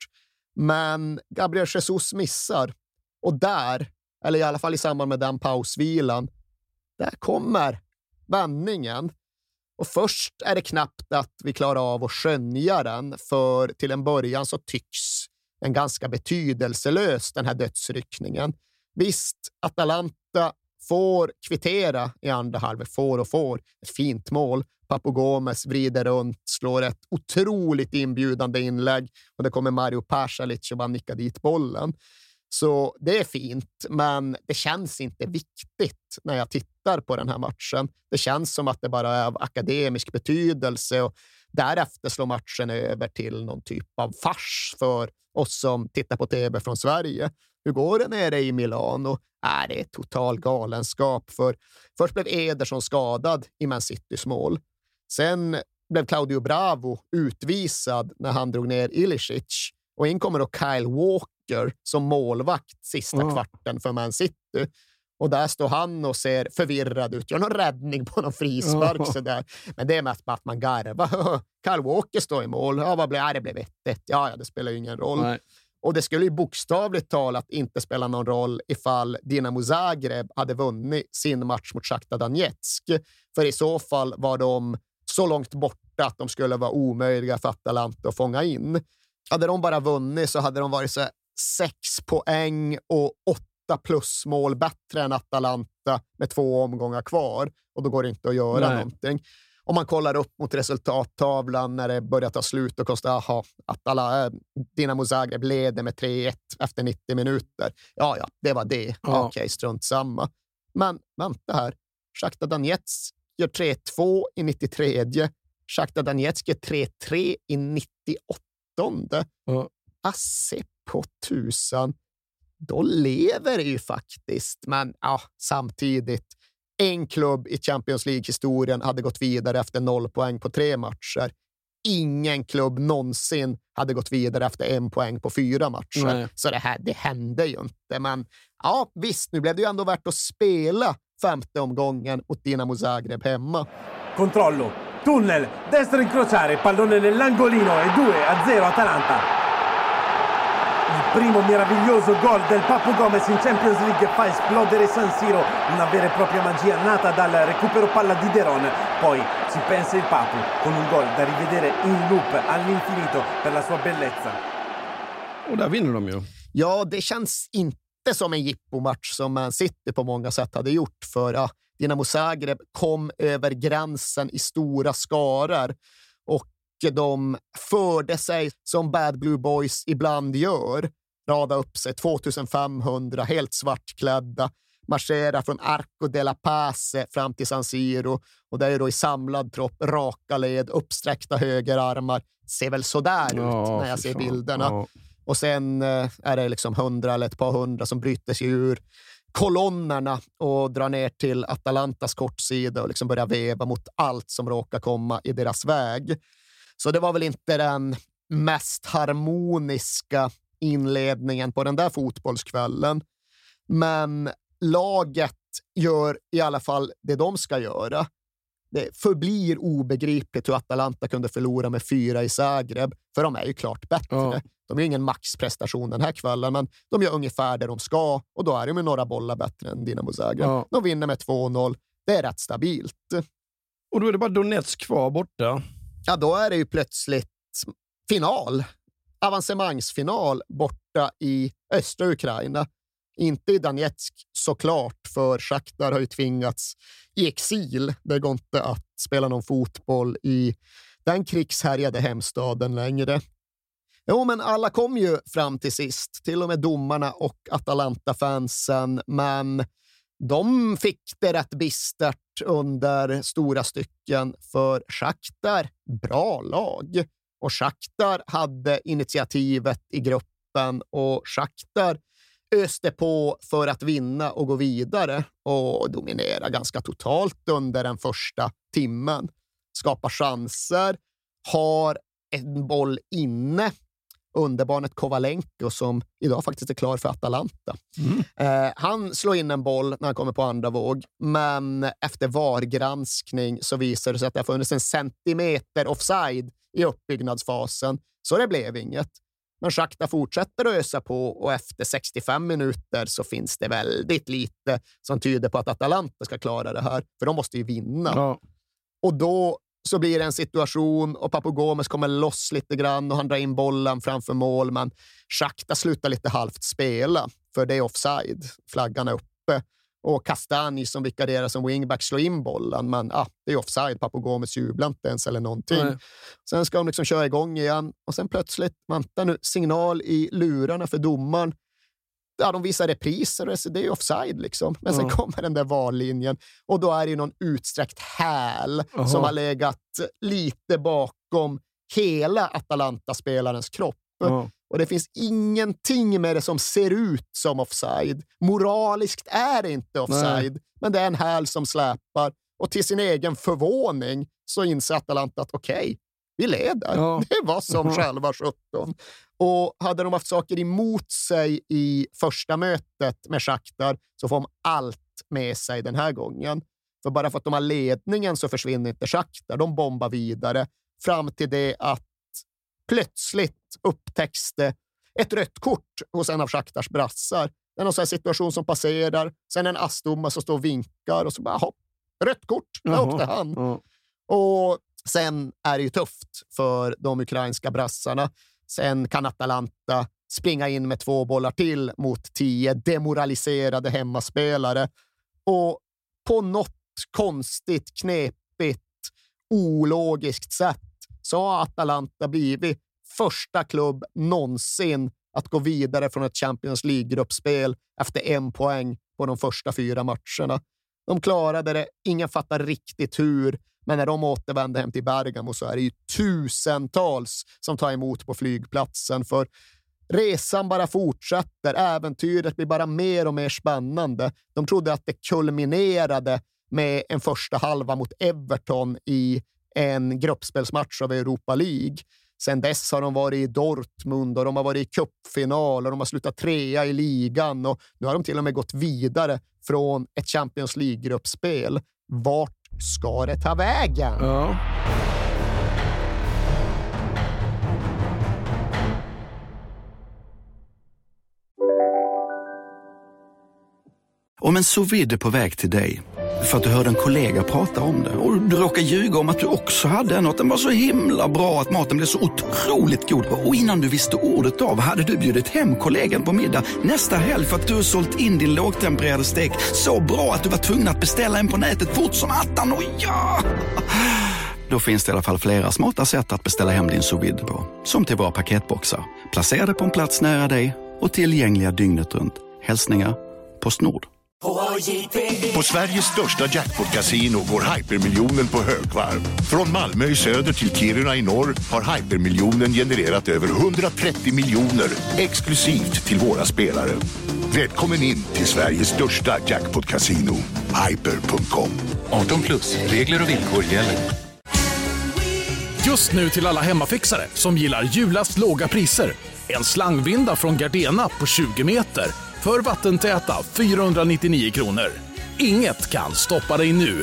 Men Gabriel Jesus missar. Och där, eller i alla fall i samband med den pausvilan, där kommer vändningen. Och först är det knappt att vi klarar av att skönja den, för till en början så tycks en ganska betydelselös den här dödsryckningen. Visst, Atalanta får kvittera i andra halvlek, får och får ett fint mål. Papu Gomez vrider runt, slår ett otroligt inbjudande inlägg och det kommer Mario Pasalic och bara nicka dit bollen. Så det är fint, men det känns inte viktigt när jag tittar på den här matchen. Det känns som att det bara är av akademisk betydelse och därefter slår matchen över till någon typ av fars för oss som tittar på tv från Sverige. Hur går det nere i Milano? Äh, det är total galenskap, för först blev Ederson skadad i Man Citys mål. Sen blev Claudio Bravo utvisad när han drog ner Ilicic och in kommer då Kyle Walker som målvakt sista mm. kvarten för Man City. Och där står han och ser förvirrad ut. Gör någon räddning på någon frispark oh. sådär. Men det är mest bara att man garvar. Kyle Walker står i mål. Ja, vad blir det? Blev ett. Ja, ja, det spelar ju ingen roll. Nej. Och det skulle ju bokstavligt talat inte spela någon roll ifall Dinamo Zagreb hade vunnit sin match mot Shakhtar Donetsk. För i så fall var de så långt borta att de skulle vara omöjliga för Atalanta att fånga in. Hade de bara vunnit så hade de varit så sex poäng och åtta plusmål bättre än Atalanta med två omgångar kvar. Och då går det inte att göra Nej. någonting. Om man kollar upp mot resultattavlan när det börjar ta slut och kostar, aha, att alla Dinamo Zagreb leder med tre ett efter nittio minuter. Ja, ja, det var det. Ja. Okej, strunt samma. Men vänta här. Shakhtar Donetsk gör tre två i nittiotre. Shakhtar Donetsk gör tre tre i nittioåtta. Ja. Asse på tusan. Då lever det ju faktiskt. Men ja, samtidigt. En klubb i Champions League-historien hade gått vidare efter noll poäng på tre matcher. Ingen klubb någonsin hade gått vidare efter en poäng på fyra matcher. Nej. Så det här, det hände ju inte. Men ja, visst, nu blev det ju ändå värt att spela femte omgången mot Dinamo Zagreb hemma. Controllo, tunnel, destra incrociare, pallone nell'angolino e due a zero Atalanta. Il primo meraviglioso gol del Papu Gomez in Champions League fa esplodere San Siro, una vera e propria magia nata dal recupero palla di Deron. Poi ci pensa il Papu con un gol da rivedere in loop all'infinito per la sua bellezza. Och där vinner de ju. Ja, det känns inte som en jippomatch som Man City på många sätt hade gjort, för ja, Dinamo Zagreb kom över gränsen i stora skarar och de förde sig som Bad Blue Boys ibland gör. Rada upp sig tvåtusenfemhundra helt svartklädda. Marschera från Arco della Pace fram till San Siro. Och det är då i samlad tropp, raka led, uppsträckta högerarmar. Ser väl sådär ja, ut när jag ser bilderna. Ja. Och sen eh, är det liksom hundra eller ett par hundra som bryter sig ur kolonnerna och drar ner till Atalantas kortsida och liksom börjar veva mot allt som råkar komma i deras väg. Så det var väl inte den mest harmoniska inledningen på den där fotbollskvällen. Men laget gör i alla fall det de ska göra. Det förblir obegripligt hur Atalanta kunde förlora med fyra i Zagreb. För de är ju klart bättre. Ja. De är ju ingen maxprestation den här kvällen, men de gör ungefär det de ska. Och då är de med några bollar bättre än Dinamo Zagreb. Ja. De vinner med två noll. Det är rätt stabilt. Och då är det bara Donetsk kvar borta. Ja, då är det ju plötsligt final. Avancemangsfinal borta i östra Ukraina. Inte i Donetsk såklart, för Shakhtar har ju tvingats i exil. Det går inte att spela någon fotboll i den krigshärjade hemstaden längre. Jo, men alla kom ju fram till sist. Till och med domarna och Atalanta-fansen. Men de fick det rätt bistert under stora stycken, för Shakhtar, bra lag. Och Shakhtar hade initiativet i gruppen och Shakhtar öste på för att vinna och gå vidare och dominera ganska totalt under den första timmen. Skapar chanser, har en boll inne. Underbarnet Kovalenko som idag faktiskt är klar för Atalanta. Mm. Eh, han slår in en boll när han kommer på andra våg, men efter V A R-granskning så visar det sig att det har funnits en centimeter offside i uppbyggnadsfasen, så det blev inget. Men Shakhtar fortsätter att ösa på och efter sextiofem minuter så finns det väldigt lite som tyder på att Atalanta ska klara det här, för de måste ju vinna. Ja. Och då så blir det en situation och Papu Gomez kommer loss lite grann och han drar in bollen framför mål, men Shakhtar slutar lite halvt spela för det är offside. Flaggan är uppe och Castagne som vikarierar som wingback slår in bollen, men ah, det är offside. Papu Gomez jublar inte ens eller någonting. Nej. Sen ska de liksom köra igång igen och sen plötsligt, vänta nu, signal i lurarna för domaren. Ja, de visar repriser och det är offside liksom. Men sen ja. kommer den där vallinjen och då är det ju någon utsträckt häl Aha. som har legat lite bakom hela Atalanta-spelarens kropp. Ja. Och det finns ingenting med det som ser ut som offside. Moraliskt är det inte offside, Nej. men det är en häl som släpar. Och till sin egen förvåning så inser Atalanta att okej, okay, vi leder. Ja. Det var som ja. själva sjutton. Och hade de haft saker emot sig i första mötet med Shakhtar så får de allt med sig den här gången. För bara för att de har ledningen så försvinner inte Shakhtar. De bombar vidare fram till det att plötsligt upptäcks det ett rött kort hos en av Shakhtars brassar. Det är någon sån här situation som passerar. Sen en assdomare som står och vinkar och så bara hopp, rött kort. Där åkte han. Jaha. Och sen är det ju tufft för de ukrainska brassarna. Sen kan Atalanta springa in med två bollar till mot tio demoraliserade hemmaspelare. Och på något konstigt, knepigt, ologiskt sätt så har Atalanta blivit första klubb någonsin att gå vidare från ett Champions League-gruppspel efter en poäng på de första fyra matcherna. De klarade det, ingen fattar riktigt hur, men när de återvände hem till Bergamo så är det ju tusentals som tar emot på flygplatsen, för resan bara fortsätter, äventyret blir bara mer och mer spännande. De trodde att det kulminerade med en första halva mot Everton i en gruppspelsmatch av Europa League. Sen dess har de varit i Dortmund och de har varit i cupfinal och de har slutat trea i ligan och nu har de till och med gått vidare från ett Champions League-gruppspel. Vart ska det ta vägen? Ja. Om en sous vide är på väg till dig för att du hörde en kollega prata om det och du råkar ljuga om att du också hade en och att den var så himla bra att maten blev så otroligt god, och innan du visste ordet av hade du bjudit hem kollegan på middag nästa helg för att du har sålt in din lågtempererade stek så bra att du var tvungen att beställa en på nätet fort som attan. Och ja! Då finns det i alla fall flera smarta sätt att beställa hem din sous vide på, som till våra paketboxar, placerade på en plats nära dig och tillgängliga dygnet runt. Hälsningar Postnord. På Sveriges största jackpot-casino går hypermiljonen på högvarv. Från Malmö i söder till Kiruna i norr har hypermiljonen genererat över hundratrettio miljoner exklusivt till våra spelare. Välkommen in till Sveriges största jackpot-casino, hyper punkt com. arton plus, regler och villkor gäller. Just nu till alla hemmafixare som gillar Julas låga priser. En slangvinda från Gardena på tjugo meter för vattentäta fyrahundranittionio kronor. Inget kan stoppa dig nu.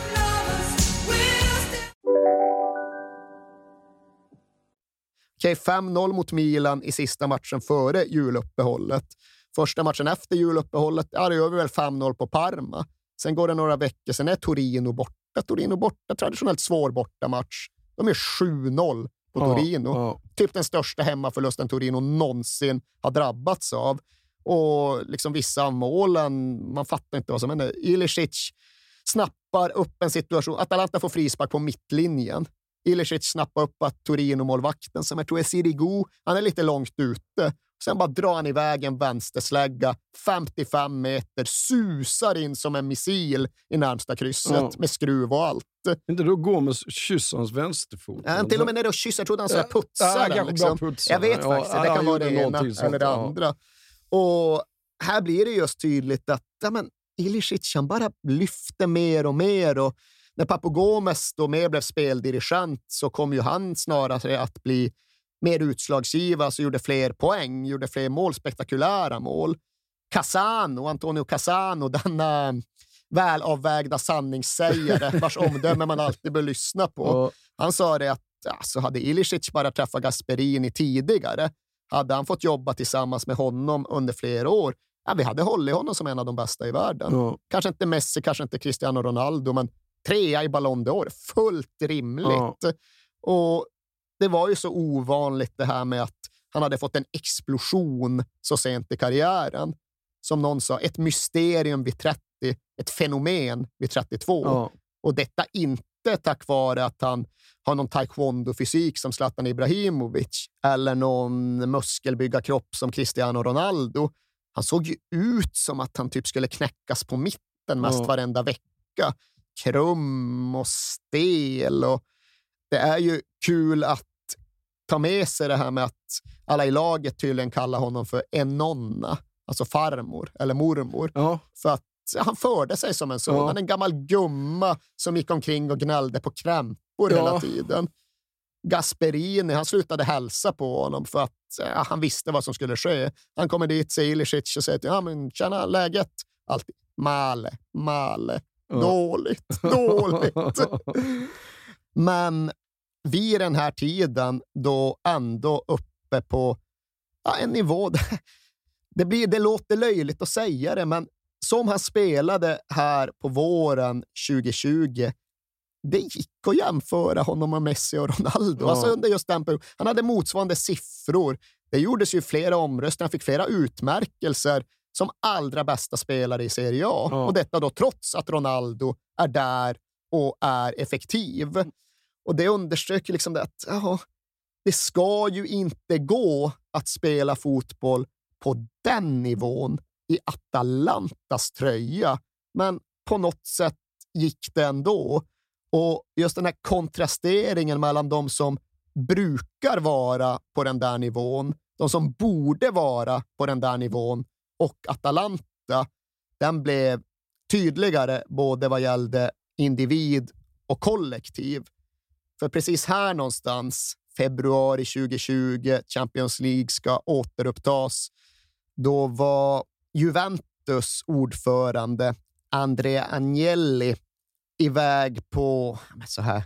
Okej, fem noll mot Milan i sista matchen före juluppehållet. Första matchen efter juluppehållet, ja, det gör vi väl fem noll på Parma. Sen går det några veckor, sen är Torino borta. Torino borta, traditionellt svår borta match. De är sju noll på Torino. Ja, ja. Typ den största hemmaförlusten Torino någonsin har drabbats av. Och liksom vissa av målen, man fattar inte vad som händer. Ilicic snappar upp en situation. Atalanta får frispark på mittlinjen. Ilicic snappar upp att Torino-målvakten som jag tror är Sirigu, han är lite långt ute. Sen bara drar han iväg en vänsterslägga femtiofem meter, susar in som en missil i närmsta krysset ja. med skruv och allt. Inte då går med kyssa hans vänsterfot. Ja, till och med när det kysser, jag trodde han så här putsar den. Liksom. Putsar. Jag vet ja, faktiskt, ja, det kan vara det ena eller det ja. andra. Och här blir det just tydligt att ja, men Ilicic han bara lyfter mer och mer, och när Papu Gomez då mer blev speldirigent så kom ju han snarare att bli mer utslagsgivare, så gjorde fler poäng, gjorde fler mål, spektakulära mål. Casano, Antonio Casano, denna välavvägda sanningssägare vars omdöme man alltid bör lyssna på. Han sa det att ja, så hade Ilicic bara träffat Gasperini tidigare, hade han fått jobba tillsammans med honom under flera år, ja, vi hade hållit honom som en av de bästa i världen. Ja. Kanske inte Messi, kanske inte Cristiano Ronaldo, men trea i Ballon d'Or, fullt rimligt. Ja. Och det var ju så ovanligt det här med att han hade fått en explosion så sent i karriären. Som någon sa, ett mysterium vid trettio, ett fenomen vid trettiotvå. Ja. Och detta inte tack vare att han har någon taekwondo-fysik som Zlatan Ibrahimovic eller någon muskelbyggarkropp som Cristiano Ronaldo. Han såg ju ut som att han typ skulle knäckas på mitten mest ja. varenda vecka. Krum och stel, och det är ju kul att ta med sig det här med att alla i laget tydligen kallar honom för en nonna, alltså farmor eller mormor. Ja. För att han förde sig som en sådan, ja. en gammal gumma som gick omkring och gnällde på krämpor ja. hela tiden. Gasperini, han slutade hälsa på honom för att ja, han visste vad som skulle ske. Han kommer dit, säger Ilicic och säger ja men tjena, läget? Alltid. Male, Male. Dåligt, dåligt. Men vid den här tiden då ändå uppe på ja, en nivå där, det, blir, det låter löjligt att säga det, men som han spelade här på våren tjugo tjugo, det gick att jämföra honom med Messi och Ronaldo. Ja. Alltså under just den perioden. Han hade motsvarande siffror. Det gjordes ju flera omröstningar, han fick flera utmärkelser som allra bästa spelare i Serie A. Ja. Och detta då trots att Ronaldo är där och är effektiv. Och det understryker liksom det att ja, det ska ju inte gå att spela fotboll på den nivån i Atalantas tröja. Men på något sätt gick det ändå. Och just den här kontrasteringen mellan de som brukar vara på den där nivån, de som borde vara på den där nivån och Atalanta, den blev tydligare både vad gällde individ och kollektiv. För precis här någonstans, februari tjugo tjugo, Champions League ska återupptas. Då var Juventus ordförande Andrea Agnelli iväg på så här,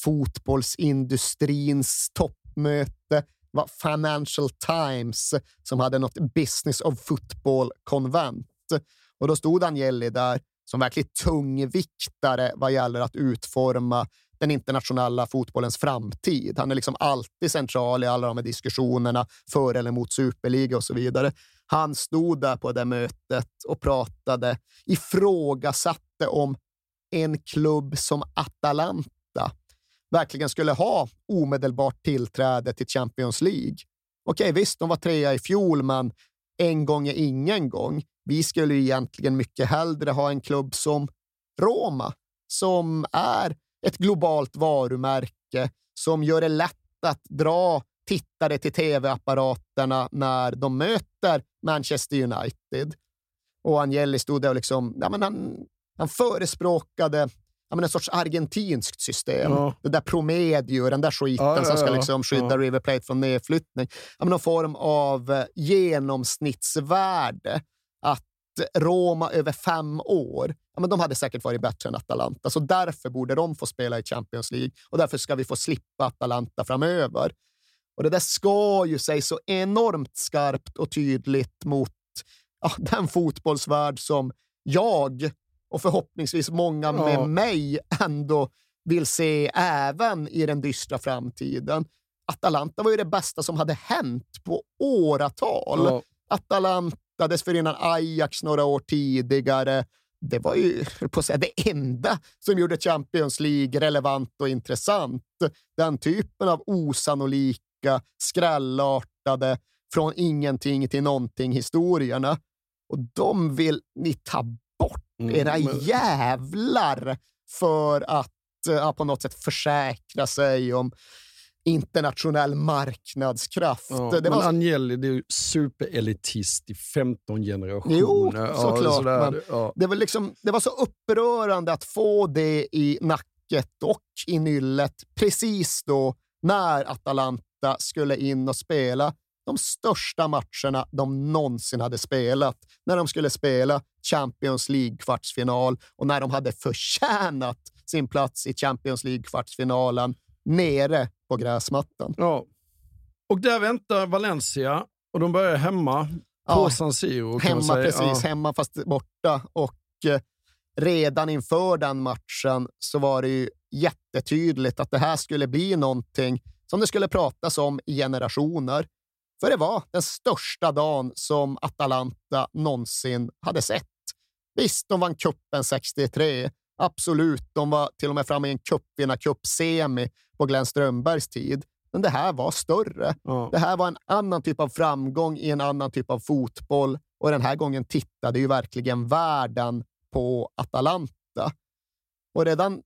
fotbollsindustrins toppmöte. Var Financial Times som hade något Business of Football-konvent. Och då stod Agnelli där som verkligen tungviktare vad gäller att utforma den internationella fotbollens framtid. Han är liksom alltid central i alla de här diskussionerna för eller mot Superliga och så vidare. Han stod där på det mötet och pratade, ifrågasatte om en klubb som Atalanta verkligen skulle ha omedelbart tillträde till Champions League. Okej, visst, de var trea i fjol, men en gång är ingen gång. Vi skulle egentligen mycket hellre ha en klubb som Roma, som är ett globalt varumärke, som gör det lätt att dra tittare till tv-apparaterna när de möter Manchester United. Och Agnelli stod där och liksom, ja, men han, han förespråkade ja, men en sorts argentinskt system. Ja. Det där Promedio, den där skiten ja, ja, ja. som ska liksom skydda ja. River Plate från nedflyttning. Ja, men någon form av genomsnittsvärde att Roma över fem år, ja, men de hade säkert varit bättre än Atalanta. Så därför borde de få spela i Champions League. Och därför ska vi få slippa Atalanta framöver. Och det där ska ju sig så enormt skarpt och tydligt mot ja, den fotbollsvärld som jag och förhoppningsvis många ja. med mig ändå vill se även i den dystra framtiden. Atalanta var ju det bästa som hade hänt på åratal. Ja. Atalanta, dessförinnan Ajax några år tidigare. Det var ju på att säga, det enda som gjorde Champions League relevant och intressant. Den typen av osannolika, skrällartade, från ingenting till någonting historierna. Och de vill ni ta bort era mm, men... jävlar för att ja, på något sätt försäkra sig om internationell marknadskraft. Ja, det men var... Agnelli, det är ju superelitist i femton generationer. Jo, såklart. Ja, men ja. det, var liksom, det var så upprörande att få det i nacket och i nyllet precis då när Atalanta skulle in och spela de största matcherna de någonsin hade spelat. När de skulle spela Champions League-kvartsfinal och när de hade förtjänat sin plats i Champions League-kvartsfinalen nere på gräsmattan. Ja. Och där väntar Valencia och de börjar hemma på ja, San Siro. Kan hemma, säga. precis. Ja. Hemma fast borta. Och eh, redan inför den matchen så var det ju jättetydligt att det här skulle bli någonting som det skulle pratas om i generationer. För det var den största dagen som Atalanta någonsin hade sett. Visst, de vann kuppen sextiotre. Absolut, de var till och med framme i en cupvinnarcup-semi på Glenn Strömbergs tid. Men det här var större. Ja. Det här var en annan typ av framgång i en annan typ av fotboll. Och den här gången tittade ju verkligen världen på Atalanta. Och redan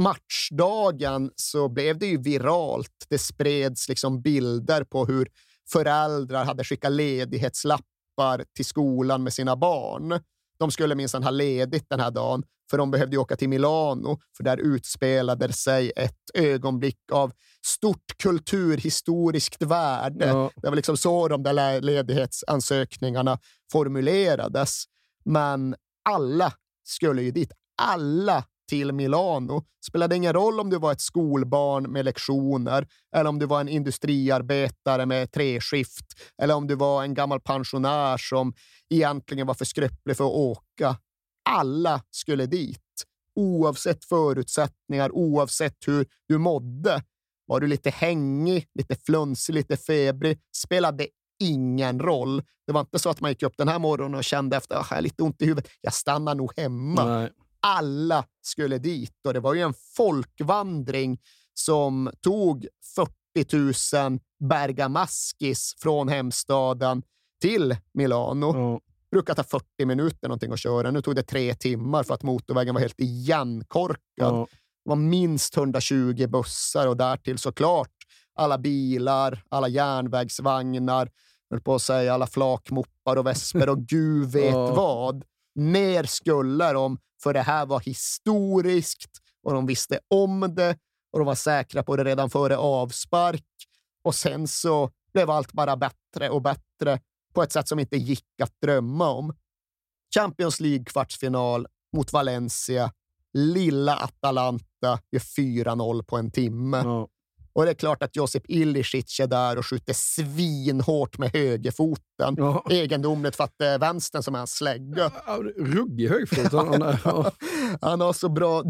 matchdagen så blev det ju viralt. Det spreds liksom bilder på hur föräldrar hade skickat ledighetslappar till skolan med sina barn. De skulle minsann ha ledigt den här dagen för de behövde åka till Milano för där utspelade sig ett ögonblick av stort kulturhistoriskt värde. Ja. Det var liksom så de där ledighetsansökningarna formulerades. Men alla skulle ju dit. Alla till Milano. Spelade ingen roll om du var ett skolbarn med lektioner eller om du var en industriarbetare med treskift eller om du var en gammal pensionär som egentligen var för skröplig för att åka. Alla skulle dit. Oavsett förutsättningar, oavsett hur du mådde. Var du lite hängig, lite flunsig, lite febrig, spelade ingen roll. Det var inte så att man gick upp den här morgonen och kände efter att jag har lite ont i huvudet. Jag stannar nog hemma. Nej. Alla skulle dit och det var ju en folkvandring som tog fyrtio tusen bergamaskis från hemstaden till Milano. Ja. Brukar ta fyrtio minuter någonting att köra. Nu tog det tre timmar för att motorvägen var helt igenkorkad. Ja. Det var minst hundratjugo bussar och därtill såklart alla bilar, alla järnvägsvagnar, höll på att säga alla flakmoppar och vesper och gud vet Ja. vad. Ner skulle de, för det här var historiskt och de visste om det och de var säkra på det redan före avspark. Och sen så blev allt bara bättre och bättre på ett sätt som inte gick att drömma om. Champions League-kvartsfinal mot Valencia. Lilla Atalanta gör fyra noll på en timme. Ja. Och det är klart att Josip Ilicic är där och skjuter svinhårt med högerfoten. Ja. Egendomligt för att det är vänstern som är en slägga. Ruggig högfot. Han, ja. Han har så bra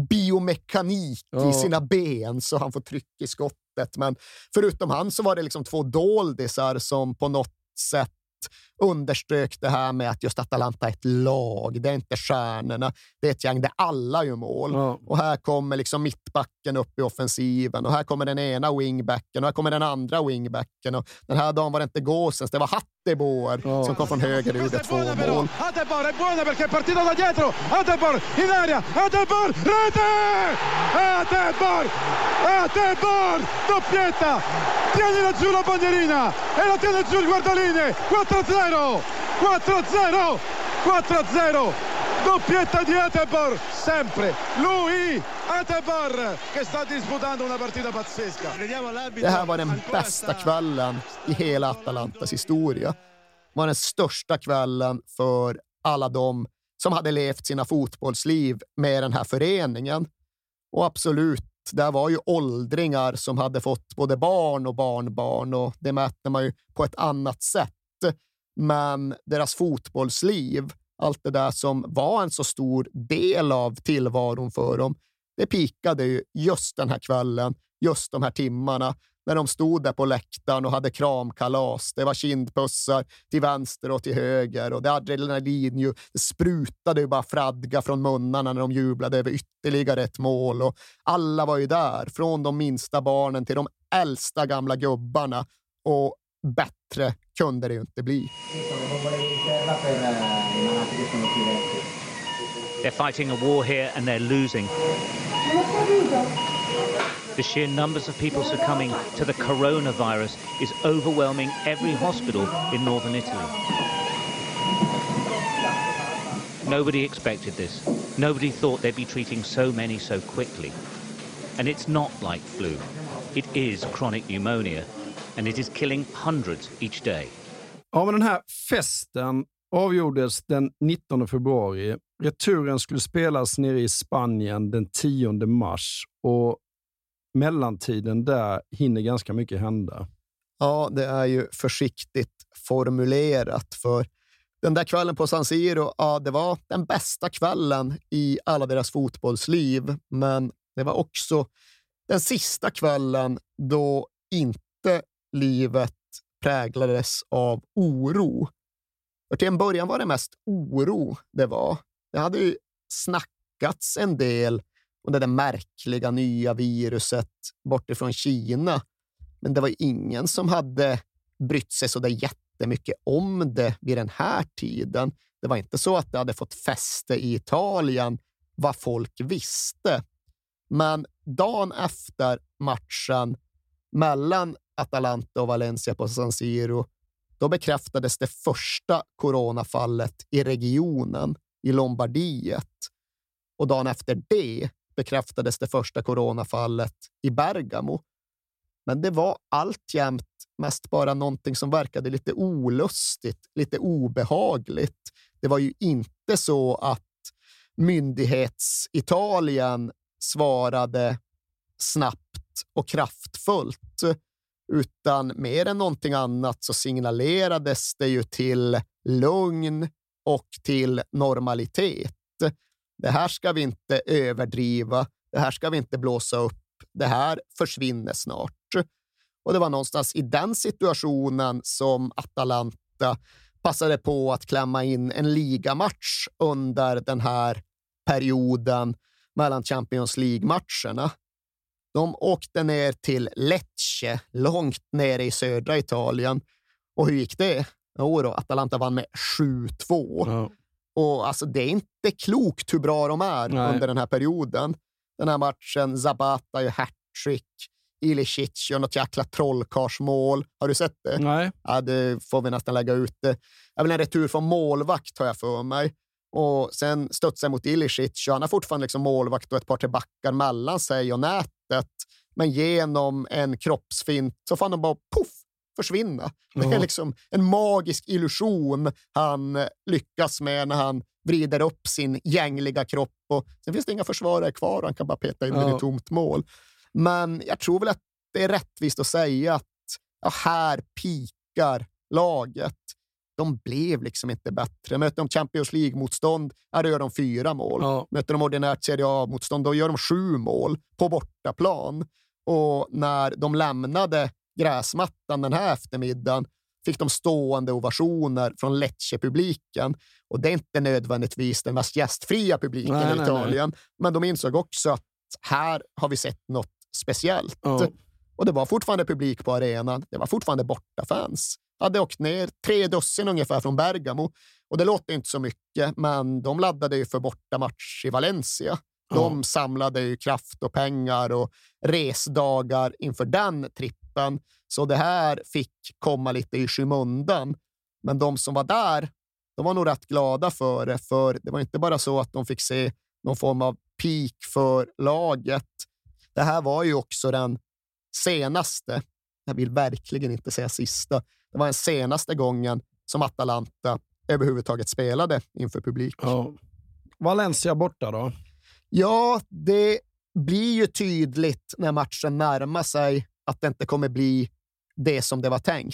biomekanik Ja. i sina ben så han får tryck i skottet. Men förutom han så var det liksom två doldisar som på något sätt underströk det här med att just Atalanta är ett lag. Det är inte stjärnorna. Det är ett gäng där alla gör mål. Ja. Och här kommer liksom mittbacken upp i offensiven. Och här kommer den ena wingbacken. Och här kommer den andra wingbacken. Och den här dagen var det inte Gåsens. Det var Hatteboer Ja. som kom från höger och gjorde två mål. Atebor è buona perché è partito da dietro. Atebor in aria. Atebor, rete! Atebor! Atebor! Doppietta! Tieni giù la bandierina e la tiene giù il guardaline. quattro zero! quattro zero! quattro zero! Doppietta di Atebor, sempre lui Atebor che sta disputando una partita pazzesca. Det här var den bästa kvällen i hela Atalantas historia. Det var den största kvällen för alla de som hade levt sina fotbollsliv med den här föreningen. Och absolut, där var ju åldringar som hade fått både barn och barnbarn och det mäter man ju på ett annat sätt. Men deras fotbollsliv, allt det där som var en så stor del av tillvaron för dem, det pikade ju just den här kvällen, just de här timmarna när de stod där på läktaren och hade kramkalas. Det var kindpussar till vänster och till höger och det adrenalin ju, det sprutade ju bara fradga från munnarna när de jublade över ytterligare ett mål och alla var ju där, från de minsta barnen till de äldsta gamla gubbarna och bättre kunde det ju inte bli. They're fighting a war here and they're losing. The sheer numbers of people succumbing to the coronavirus is overwhelming every hospital in northern Italy. Nobody expected this. Nobody thought they'd be treating so many so quickly. And it's not like flu. It is chronic pneumonia, and it is killing hundreds each day. Ja, men den här festen avgjordes den nittonde februari. Returen skulle spelas nere i Spanien den tionde mars och mellantiden där hinner ganska mycket hända. Ja, det är ju försiktigt formulerat för den där kvällen på San Siro, ja, det var den bästa kvällen i alla deras fotbollsliv, men det var också den sista kvällen då inte livet präglades av oro. För till en början var det mest oro det var. Det hade ju snackats en del om det där märkliga nya viruset bortifrån Kina. Men det var ingen som hade brytt sig så där jättemycket om det vid den här tiden. Det var inte så att det hade fått fäste i Italien vad folk visste. Men dagen efter matchen mellan Atalanta och Valencia på San Siro, då bekräftades det första coronafallet i regionen, i Lombardiet. Och dagen efter det bekräftades det första coronafallet i Bergamo. Men det var alltjämt mest bara någonting som verkade lite olustigt, lite obehagligt. Det var ju inte så att myndighets-Italien svarade snabbt och kraftfullt, utan mer än någonting annat så signalerades det ju till lugn och till normalitet. Det här ska vi inte överdriva, det här ska vi inte blåsa upp, det här försvinner snart. Och det var någonstans i den situationen som Atalanta passade på att klämma in en ligamatch under den här perioden mellan Champions League-matcherna. De åkte ner till Lecce, långt nere i södra Italien. Och hur gick det? Jo då, Atalanta vann med sju två. Ja. Och alltså, det är inte klokt hur bra de är Nej. under den här perioden. Den här matchen, Zapata gör hattrick, Ilicic gör något jäkla trollkarsmål. Har du sett det? Nej. Ja, det får vi nästan lägga ut det. Jag vill en retur från målvakt, har jag för mig. Och sen studsar mot Ilicic. Han har fortfarande liksom målvakt och ett par till backar mellan sig och nätet. Men genom en kroppsfint så får han bara puff, försvinna. Det är liksom en magisk illusion han lyckas med när han vrider upp sin gängliga kropp. Och sen finns det inga försvarare kvar och han kan bara peta in ja. i tomt mål. Men jag tror väl att det är rättvist att säga att ja, här pikar laget. De blev liksom inte bättre. Möter de Champions League-motstånd, då gör de fyra mål. Ja. Möter de ordinärt Serie A-motstånd, då gör de sju mål på bortaplan. Och när de lämnade gräsmattan den här eftermiddagen fick de stående ovationer från Lecce-publiken. Och det är inte nödvändigtvis den mest gästfria publiken nej, i Italien. Nej, nej. Men de insåg också att här har vi sett något speciellt. Ja. Och det var fortfarande publik på arenan. Det var fortfarande bortafans. Hade åkt ner tre dussin ungefär från Bergamo. Och det låter inte så mycket, men de laddade ju för bortamatch i Valencia. De ja. samlade ju kraft och pengar och resdagar inför den trippen. Så det här fick komma lite i skymundan. Men de som var där, de var nog rätt glada för det. För det var inte bara så att de fick se någon form av peak för laget. Det här var ju också den senaste, jag vill verkligen inte säga sista, det var den senaste gången som Atalanta överhuvudtaget spelade inför publik. Ja. Valencia borta då? Ja, det blir ju tydligt när matchen närmar sig att det inte kommer bli det som det var tänkt.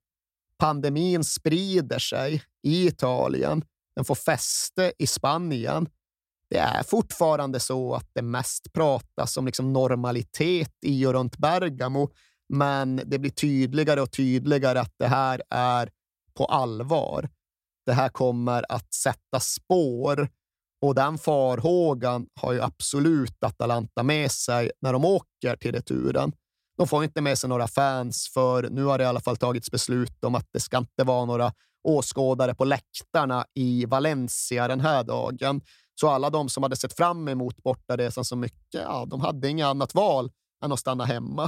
Pandemin sprider sig i Italien. Den får fäste i Spanien. Det är fortfarande så att det mest pratas om liksom normalitet i och runt Bergamo. Men det blir tydligare och tydligare att det här är på allvar. Det här kommer att sätta spår. Och den farhågan har ju absolut Atalanta med sig när de åker till returen. De får inte med sig några fans, för nu har det i alla fall tagits beslut om att det ska inte vara några åskådare på läktarna i Valencia den här dagen. Så alla de som hade sett fram emot bortaresan så mycket, ja, de hade inget annat val än att stanna hemma.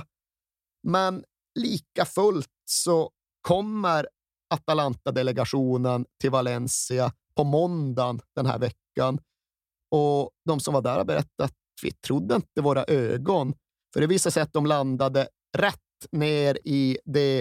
Men lika fullt så kommer Atalanta-delegationen till Valencia på måndagen den här veckan. Och de som var där har berättat att vi trodde inte våra ögon. För det visade sig att de landade rätt ner i det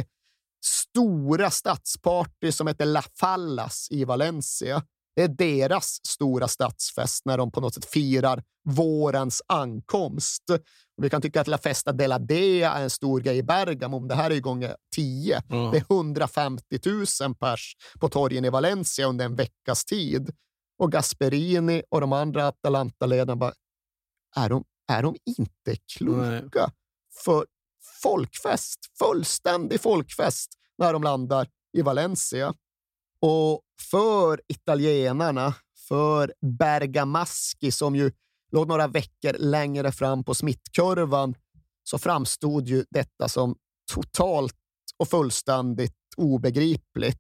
stora stadsparty som heter La Fallas i Valencia. Det är deras stora stadsfest när de på något sätt firar vårens ankomst. Och vi kan tycka att La Festa della Dea är en stor grej i Bergamo. Det här är ju gånger tio. Mm. Det är hundrafemtio tusen pers på torgen i Valencia under en veckas tid. Och Gasperini och de andra Atalanta-ledarna bara, är de, är de inte kloka? Nej. För folkfest, fullständig folkfest när de landar i Valencia. Och för italienarna, för Bergamaschi som ju låg några veckor längre fram på smittkurvan, så framstod ju detta som totalt och fullständigt obegripligt.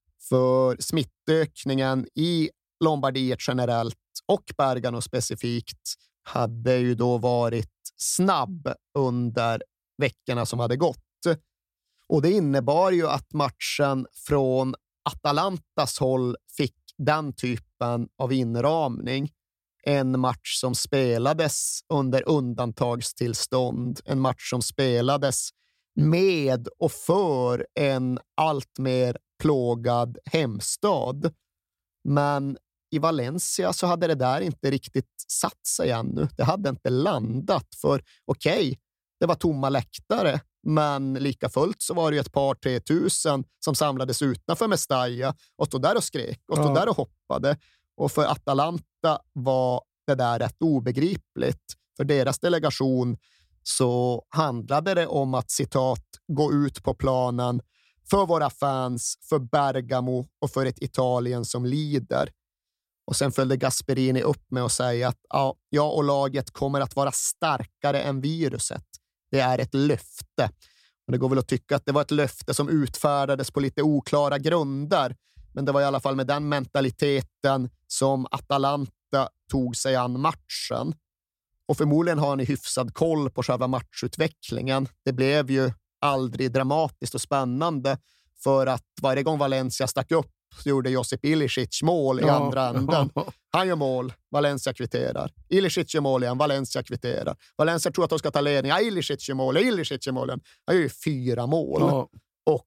För smittökningen i Lombardiet generellt och Bergamo specifikt hade ju då varit snabb under veckorna som hade gått. Och det innebar ju att matchen från Atalantas håll fick den typen av inramning. En match som spelades under undantagstillstånd. En match som spelades med och för en allt mer plågad hemstad. Men i Valencia så hade det där inte riktigt satt sig ännu. Det hade inte landat, för okej, okay, det var tomma läktare, men lika fullt så var det ju ett par, tre tusen som samlades utanför Mestalla och stod där och skrek och stod ja. där och hoppade. Och för Atalanta var det där rätt obegripligt. För deras delegation så handlade det om att, citat, gå ut på planen för våra fans, för Bergamo och för ett Italien som lider. Och sen följde Gasperini upp med att säga att ja, jag och laget kommer att vara starkare än viruset. Det är ett löfte. Och det går väl att tycka att det var ett löfte som utfärdades på lite oklara grunder. Men det var i alla fall med den mentaliteten som Atalanta tog sig an matchen. Och förmodligen har ni hyfsad koll på själva matchutvecklingen. Det blev ju aldrig dramatiskt och spännande, för att varje gång Valencia stack upp så gjorde Josip Ilicic mål i ja. andra änden. Han gör mål, Valencia kvitterar. Ilicic gör mål igen, Valencia kvitterar. Valencia tror att de ska ta ledning. Ja, Ilicic gör mål, Ilicic gör målen. Han gör ju fyra mål. Ja. Och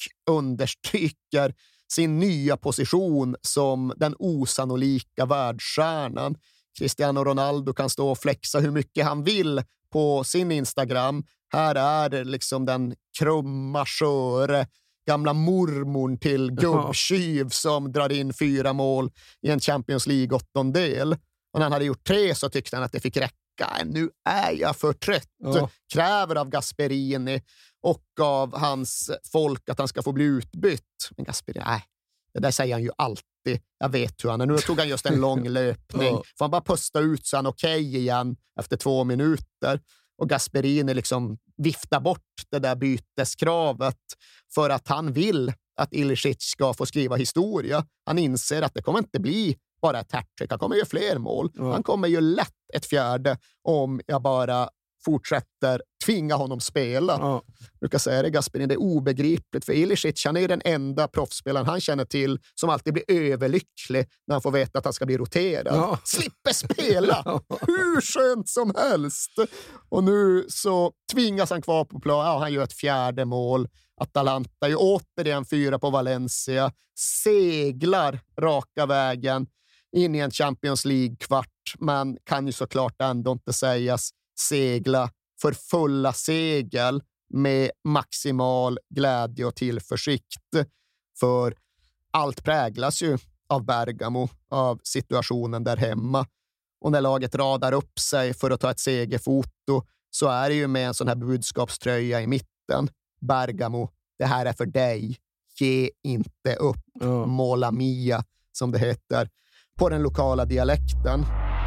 understryker sin nya position som den osannolika världsstjärnan. Cristiano Ronaldo kan stå och flexa hur mycket han vill på sin Instagram. Här är det liksom den krumma, sköre gamla mormorn till gubbtjuv som drar in fyra mål i en Champions League-åttondel. Och när han hade gjort tre så tyckte han att det fick räcka. Nu är jag för trött. Ja. Kräver av Gasperini och av hans folk att han ska få bli utbytt. Men Gasperini, nej, det där säger han ju alltid. Jag vet hur han är. Nu tog han just en lång löpning. Ja. Får han bara pusta ut så han okej okay igen efter två minuter. Och Gasperini liksom viftar bort det där byteskravet för att han vill att Ilicic ska få skriva historia. Han inser att det kommer inte bli bara ett hattrick. Han kommer ju fler mål. Ja. Han kommer ju lätt ett fjärde om jag bara fortsätter tvinga honom spela. Ja. Jag brukar säga det, Gasperini, det är obegripligt, för Ilicic, han är den enda proffsspelaren han känner till som alltid blir överlycklig när han får veta att han ska bli roterad. Ja. Slipper spela! Ja. Hur skönt som helst! Och nu så tvingas han kvar på plan. Ja, han gör ett fjärde mål. Atalanta är ju återigen fyra på Valencia. Seglar raka vägen in i en Champions League-kvart. Men kan ju såklart ändå inte sägas segla för fulla segel med maximal glädje och tillförsikt. För allt präglas ju av Bergamo, av situationen där hemma. Och när laget radar upp sig för att ta ett segerfoto så är det ju med en sån här budskapströja i mitten. Bergamo, det här är för dig. Ge inte upp. Mm. Mola mia, som det heter på den lokala dialekten.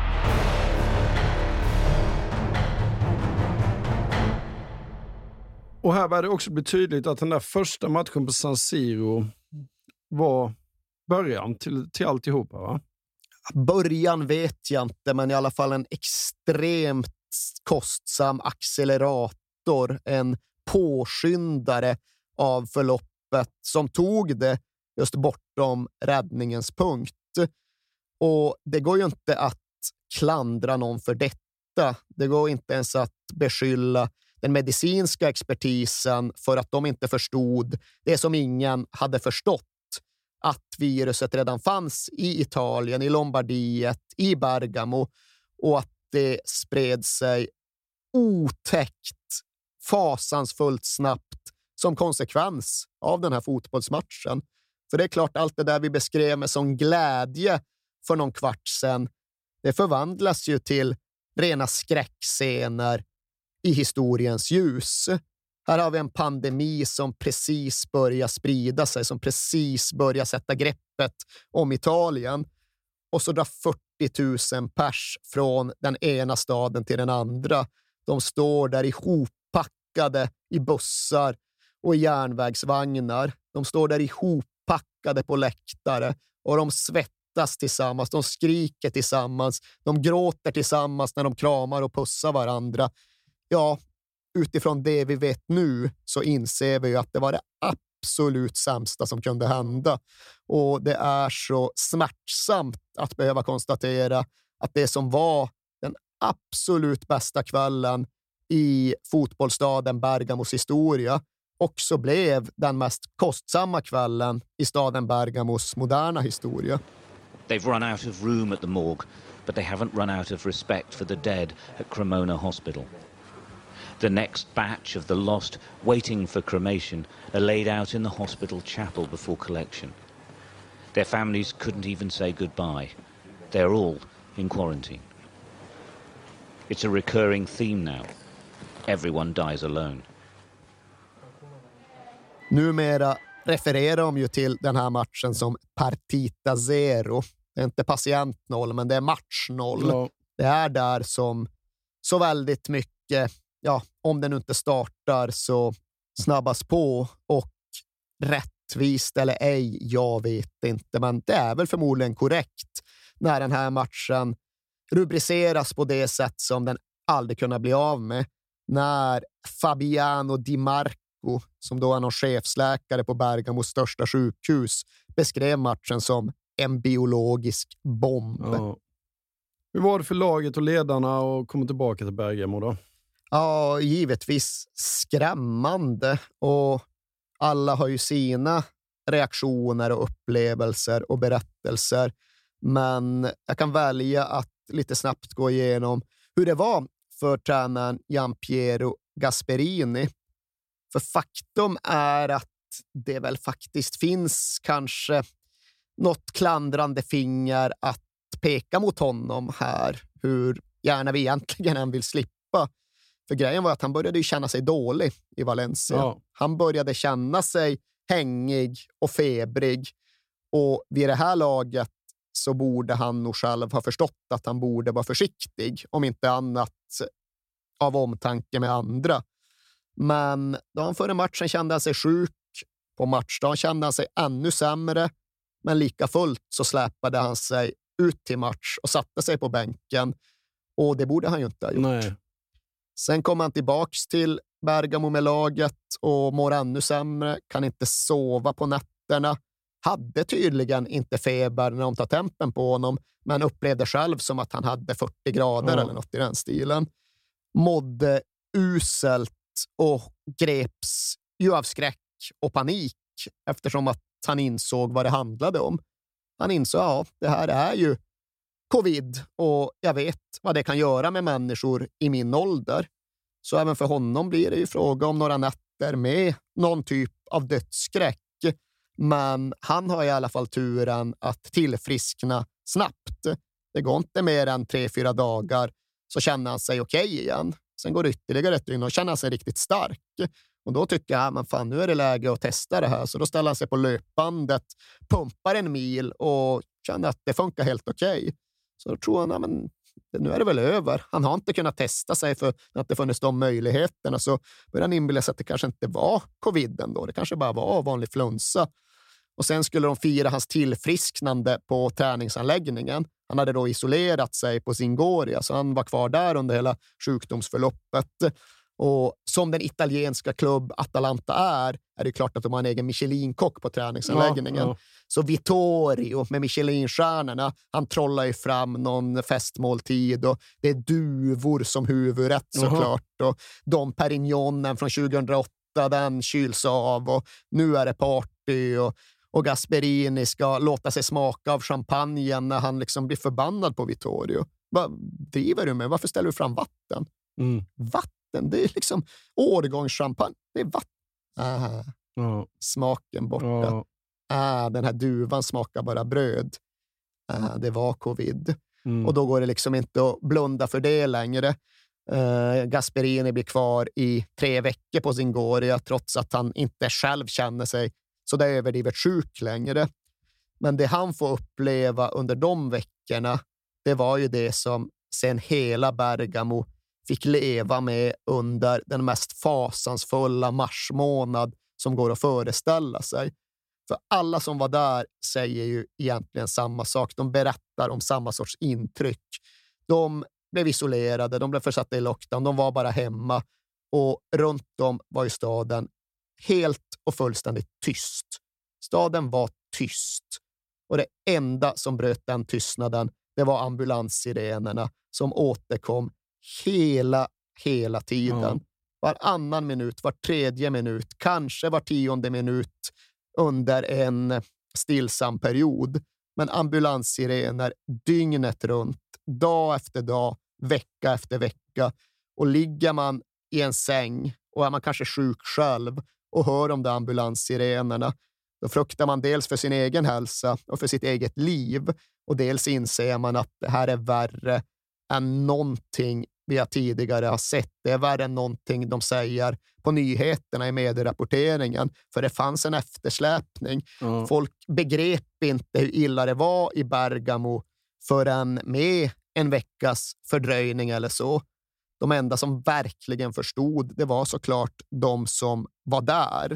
Och här började det också bli tydligt att den där första matchen på San Siro var början till, till alltihopa, va? Början vet jag inte, men i alla fall en extremt kostsam accelerator, en påskyndare av förloppet som tog det just bortom räddningens punkt. Och det går ju inte att klandra någon för detta. Det går inte ens att beskylla den medicinska expertisen för att de inte förstod det som ingen hade förstått, att viruset redan fanns i Italien, i Lombardiet, i Bergamo, och att det spred sig otäckt, fasansfullt snabbt som konsekvens av den här fotbollsmatchen. För det är klart, allt det där vi beskrev med sån glädje för någon kvart sedan, det förvandlas ju till rena skräckscener i historiens ljus. Här har vi en pandemi som precis börjar sprida sig, som precis börjar sätta greppet om Italien. Och så drar fyrtio tusen pers från den ena staden till den andra. De står där ihoppackade i bussar och i järnvägsvagnar. De står där ihoppackade på läktare och de svettas tillsammans. De skriker tillsammans. De gråter tillsammans när de kramar och pussar varandra. Ja, utifrån det vi vet nu så inser vi ju att det var det absolut sämsta som kunde hända. Och det är så smärtsamt att behöva konstatera att det som var den absolut bästa kvällen i fotbollsstaden Bergamos historia också blev den mest kostsamma kvällen i staden Bergamos moderna historia. They've run out of room at the morgue, but they haven't run out of respect for the dead at Cremona Hospital. The next batch of the lost waiting for cremation are laid out in the hospital chapel before collection. Their families couldn't even say goodbye. They're all in quarantine. It's a recurring theme now. Everyone dies alone. Numera refererar de ju till den här matchen som partita zero. Det är inte patient noll, men det är match noll. Ja. Det är där som så väldigt mycket, ja, om den inte startar så snabbas på, och rättvist eller ej, jag vet inte, men det är väl förmodligen korrekt när den här matchen rubriceras på det sätt som den aldrig kunna bli av med, när Fabiano Di Marco, som då är någon chefsläkare på Bergamos största sjukhus, beskrev matchen som en biologisk bomb. Ja. Hur var det för laget och ledarna att komma tillbaka till Bergamo då? Ja, givetvis skrämmande, och alla har ju sina reaktioner och upplevelser och berättelser, men jag kan välja att lite snabbt gå igenom hur det var för tränaren Gianpiero Gasperini. För faktum är att det väl faktiskt finns kanske något klandrande finger att peka mot honom här, hur gärna vi egentligen än vill slippa. För grejen var att han började ju känna sig dålig i Valencia. Ja. Han började känna sig hängig och febrig, och vid det här laget så borde han nog själv ha förstått att han borde vara försiktig, om inte annat av omtanke med andra. Men dagen före matchen kände han sig sjuk. På matchdagen kände han sig ännu sämre, men lika fullt så släpade han sig ut till match och satte sig på bänken, och det borde han ju inte ha gjort. Nej. Sen kom han tillbaks till Bergamo med laget och mår ännu sämre, kan inte sova på nätterna, hade tydligen inte feber när de tar tempen på honom, men upplevde själv som att han hade fyrtio grader ja. eller något i den stilen. Mådde uselt och greps ju av skräck och panik, eftersom att han insåg vad det handlade om. Han insåg, ja, det här är ju covid, och jag vet vad det kan göra med människor i min ålder. Så även för honom blir det ju fråga om några nätter med någon typ av dödsskräck. Men han har i alla fall turen att tillfriskna snabbt. Det går inte mer än tre, fyra dagar så känner han sig okej okay igen. Sen går det ytterligare ett dygn och känner han sig riktigt stark. Och då tycker jag, men fan, nu är det läge att testa det här. Så då ställer han sig på löpbandet, pumpar en mil och känner att det funkar helt okej. Okay. Så då tror han, ja, men nu är det väl över. Han har inte kunnat testa sig för att det funnits de möjligheterna. Så börjar han inbilla sig att det kanske inte var covid ändå. Det kanske bara var vanlig flunsa. Och sen skulle de fira hans tillfrisknande på träningsanläggningen. Han hade då isolerat sig på Zingoria, så han var kvar där under hela sjukdomsförloppet. Och som den italienska klubb Atalanta är, är det klart att de har en egen Michelin-kock på träningsanläggningen. Ja, ja. Så Vittorio med Michelin-stjärnorna, han trollar ju fram någon festmåltid, och det är duvor som huvudrätt såklart. Uh-huh. Och Dom Perignonen från tjugohundraåtta, den kyls av, och nu är det party, och Och Gasperini ska låta sig smaka av champagnen när han liksom blir förbannad på Vittorio. Vad driver du med? Varför ställer du fram vatten? Mm. Vatten? Det är liksom årgångschampagne. Det är vatten. Ah. Oh. Smaken borta. Oh. Ah, den här duvan smakar bara bröd. Ah, det var covid. Mm. Och då går det liksom inte att blunda för det längre. Uh, Gasperini blir kvar i tre veckor på Zingoria, trots att han inte själv känner sig så det är överdrivet sjuk längre. Men det han får uppleva under de veckorna, det var ju det som sen hela Bergamo fick leva med under den mest fasansfulla marsmånad som går att föreställa sig. För alla som var där säger ju egentligen samma sak. De berättar om samma sorts intryck. De blev isolerade, de blev försatta i lockdown, de var bara hemma. Och runt om var ju staden helt och fullständigt tyst. Staden var tyst. Och det enda som bröt den tystnaden, det var ambulanssirenerna som återkom hela, hela tiden. Mm. Varannan minut, var tredje minut, kanske var tionde minut under en stillsam period. men ambulanssirener dygnet runt, dag efter dag, vecka efter vecka. Och ligger man i en säng och är man kanske sjuk själv och hör om de ambulanssirenerna, då fruktar man dels för sin egen hälsa och för sitt eget liv, och dels inser man att det här är värre än någonting vi har tidigare har sett. Det är värre än någonting de säger på nyheterna i medierapporteringen, för det fanns en eftersläpning. Mm. Folk begrep inte hur illa det var i Bergamo förrän med en veckas fördröjning eller så. De enda som verkligen förstod, det var såklart de som var där.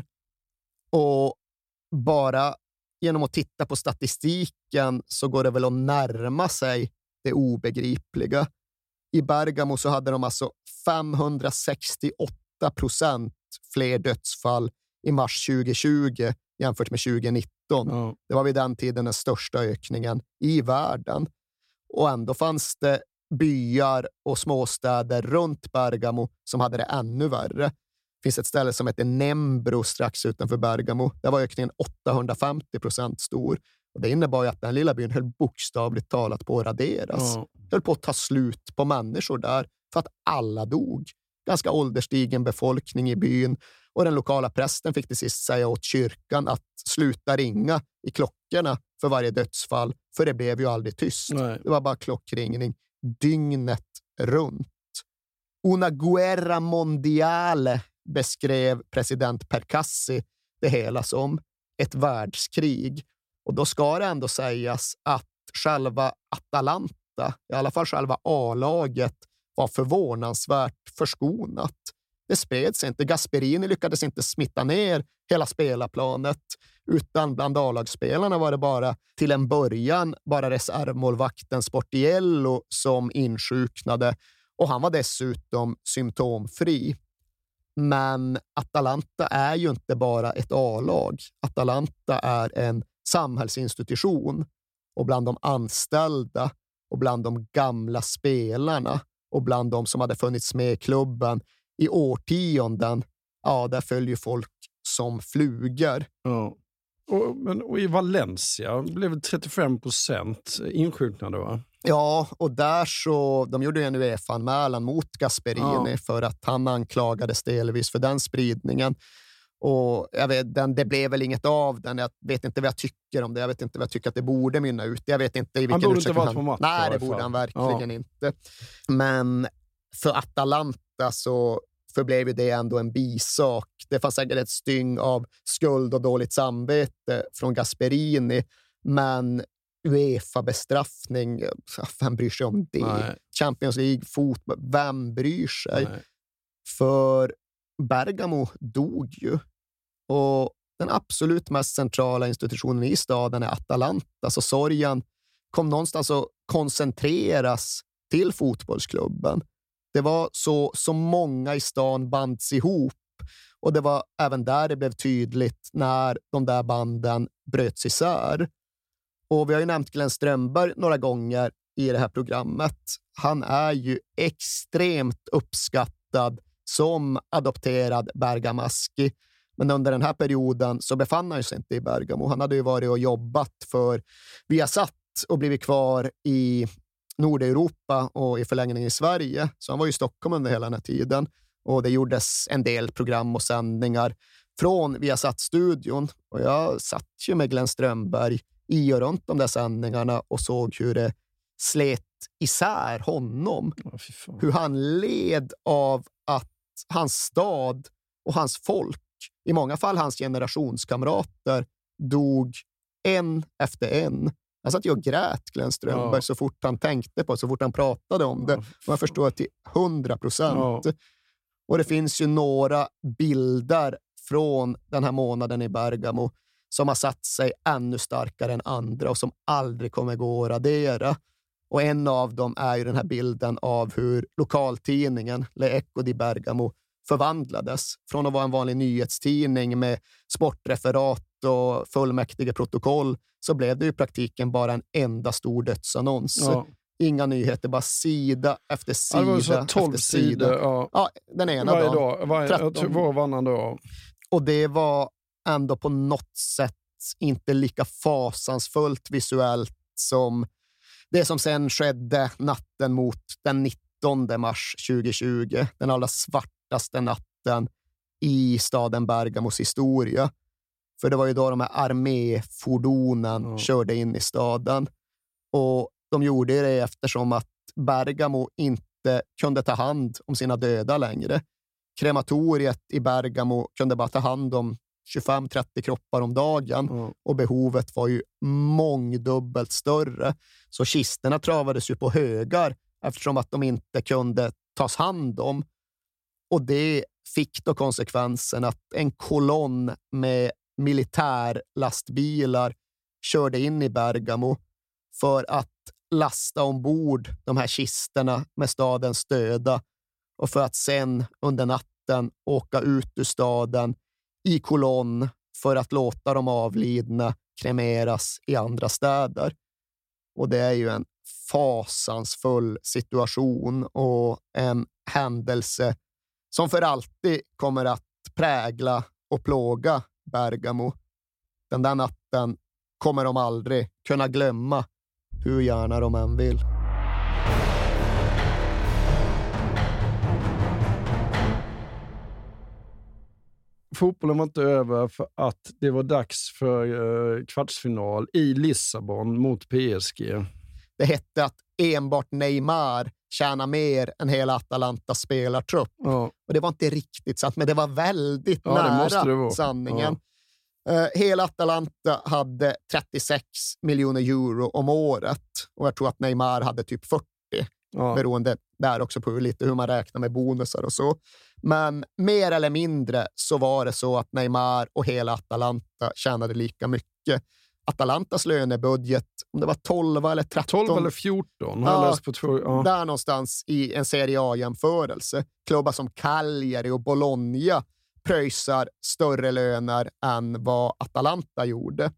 Och bara genom att titta på statistiken så går det väl att närma sig det obegripliga. I Bergamo så hade de alltså femhundrasextioåtta procent fler dödsfall i mars tjugohundratjugo jämfört med tjugonitton. Mm. Det var vid den tiden den största ökningen i världen. Och ändå fanns det byar och småstäder runt Bergamo som hade det ännu värre. Det finns ett ställe som heter Nembro strax utanför Bergamo. Där var ökningen åttahundrafemtio procent stor. Och det innebar ju att den lilla byn höll bokstavligt talat på att raderas. Mm. Höll på att ta slut på människor där för att alla dog. Ganska ålderstigen befolkning i byn. Och den lokala prästen fick till sist säga åt kyrkan att sluta ringa i klockorna för varje dödsfall. För det blev ju aldrig tyst. Nej. Det var bara klockringning dygnet runt. Una guerra mondiale beskrev president Percassi det hela som ett världskrig. Och då ska det ändå sägas att själva Atalanta, i alla fall själva A-laget, var förvånansvärt förskonat. Det spreds inte. Gasperini lyckades inte smitta ner hela spelarplanet, utan bland A-lagsspelarna var det bara till en början bara reservmålvakten Sportiello som insjuknade, och han var dessutom symptomfri. Men Atalanta är ju inte bara ett A-lag. Atalanta är en samhällsinstitution, och bland de anställda och bland de gamla spelarna och bland de som hade funnits med i klubben i årtionden, ja, där följer folk som flugor. Ja. Och, men, och i Valencia blev det trettiofem procent insjuknade, va? Ja, och där så, de gjorde ju en UEFA-anmälan mot Gasperini ja. för att han anklagades delvis för den spridningen. Och jag vet, den, det blev väl inget av den. Jag vet inte vad jag tycker om det. Jag vet inte vad jag tycker att det borde mynna ut. Jag vet inte i vilken han borde inte varit på match. Nej, det borde han verkligen ja. inte. Men för Atalanta så förblev det ändå en bisak. Det fanns säkert ett styng av skuld och dåligt samvete från Gasperini. Men UEFA-bestraffning, vem bryr sig om det? Nej. Champions League, fotboll, vem bryr sig? Nej. För Bergamo dog ju. Och den absolut mest centrala institutionen i staden är Atalanta. Så sorgen kom någonstans att koncentreras till fotbollsklubben. Det var så, så många i stan bands ihop. Och det var även där det blev tydligt när de där banden bröts isär. Och vi har ju nämnt Glenn Strömberg några gånger i det här programmet. Han är ju extremt uppskattad som adopterad bergamaski. Men under den här perioden så befann han sig inte i Bergamo. Han hade ju varit och jobbat för Viasat och blivit kvar i Nordeuropa och i förlängningen i Sverige. Så han var ju i Stockholm under hela den här tiden. Och det gjordes en del program och sändningar från Viasat-studion. Och jag satt ju med Glenn Strömberg i och runt de där sändningarna och såg hur det slet isär honom. Oh, hur han led av att hans stad och hans folk, i många fall hans generationskamrater, dog en efter en. Jag satt ju och grät Glenn Strömberg oh. så fort han tänkte på det, så fort han pratade om det. Och man förstår till hundra procent. Oh. Och det finns ju några bilder från den här månaden i Bergamo som har satt sig ännu starkare än andra och som aldrig kommer gå att radera. Och en av dem är ju den här bilden av hur lokaltidningen Le Eco di Bergamo förvandlades. Från att vara en vanlig nyhetstidning med sportreferat och fullmäktige protokoll så blev det i praktiken bara en enda stor dödsannons. Ja. Inga nyheter, bara sida efter sida. Ja, det var så tolv efter sida. Sidor, ja. ja, den ena varje dagen. Dag, varje, var varannan dag. Och det var ändå på något sätt inte lika fasansfullt visuellt som det som sen skedde natten mot den nittonde mars tjugohundratjugo. Den allra svartaste natten i staden Bergamos historia. För det var ju då de här arméfordonen mm. körde in i staden. Och de gjorde det eftersom att Bergamo inte kunde ta hand om sina döda längre. Krematoriet i Bergamo kunde bara ta hand om tjugofem till trettio kroppar om dagen mm. och behovet var ju mångdubbelt större. Så kisterna travades ju på högar eftersom att de inte kunde tas hand om. Och det fick då konsekvensen att en kolonn med militärlastbilar körde in i Bergamo för att lasta ombord de här kisterna med stadens döda och för att sen under natten åka ut ur staden i kolonn för att låta de avlidna kremeras i andra städer. Och det är ju en fasansfull situation och en händelse som för alltid kommer att prägla och plåga Bergamo. Den där natten kommer de aldrig kunna glömma hur gärna de än vill. Fotbollen var inte över för att det var dags för eh, kvartsfinal i Lissabon mot P S G. Det hette att enbart Neymar tjänar mer än hela Atalantas spelartrupp. Ja. Och det var inte riktigt sant, men det var väldigt ja, nära det måste det vara. Sanningen. Ja. Uh, hela Atalanta hade trettiosex miljoner euro om året. Och jag tror att Neymar hade typ fyrtio. Ja. Beroende där också på hur, lite hur man räknar med bonusar och så. Men mer eller mindre så var det så att Neymar och hela Atalanta tjänade lika mycket. Atalantas lönebudget, om det var tolv eller tretton. tolv eller fjorton. Har ja, jag läst på två, ja. Där någonstans i en Serie A-jämförelse. Klubbar som Cagliari och Bologna pröjsar större löner än vad Atalanta gjorde.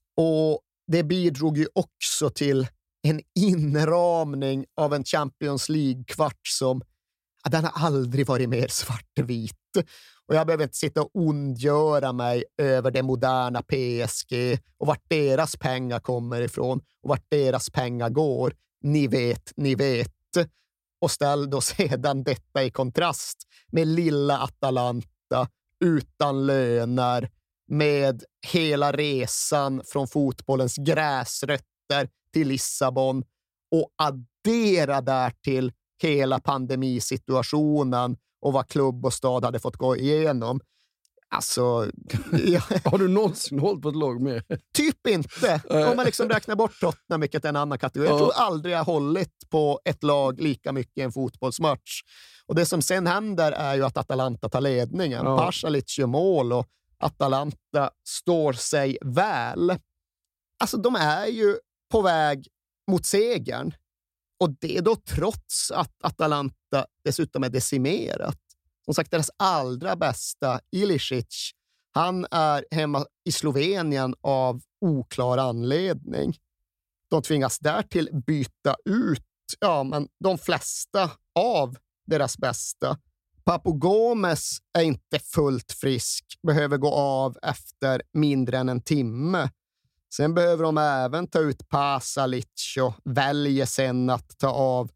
Och det bidrog ju också till en inramning av en Champions League-kvart som ja, den har aldrig varit mer svartvit. Och jag behöver inte sitta och ondgöra mig över det moderna P S G och vart deras pengar kommer ifrån och vart deras pengar går. Ni vet, ni vet. Och ställ då sedan detta i kontrast med lilla Atalanta utan löner, med hela resan från fotbollens gräsrötter till Lissabon och addera därtill hela pandemisituationen och vad klubb och stad hade fått gå igenom. Alltså... Ja. Har du någonsin hållit på ett lag med? Typ inte. Om man liksom räknar bort Tottenham, vilket är en annan kategori. Jag tror aldrig jag har hållit på ett lag lika mycket i en fotbollsmatch. Och det som sen händer är ju att Atalanta tar ledningen. Ja. Pasalic gör mål och Atalanta står sig väl. Alltså de är ju på väg mot segern. Och det då trots att Atalanta dessutom är decimerat. Som sagt, deras allra bästa, Ilicic, han är hemma i Slovenien av oklar anledning. De tvingas därtill byta ut ja, men de flesta av deras bästa. Papu Gomez är inte fullt frisk, behöver gå av efter mindre än en timme. Sen behöver de även ta ut Pasalic och väljer sen att ta av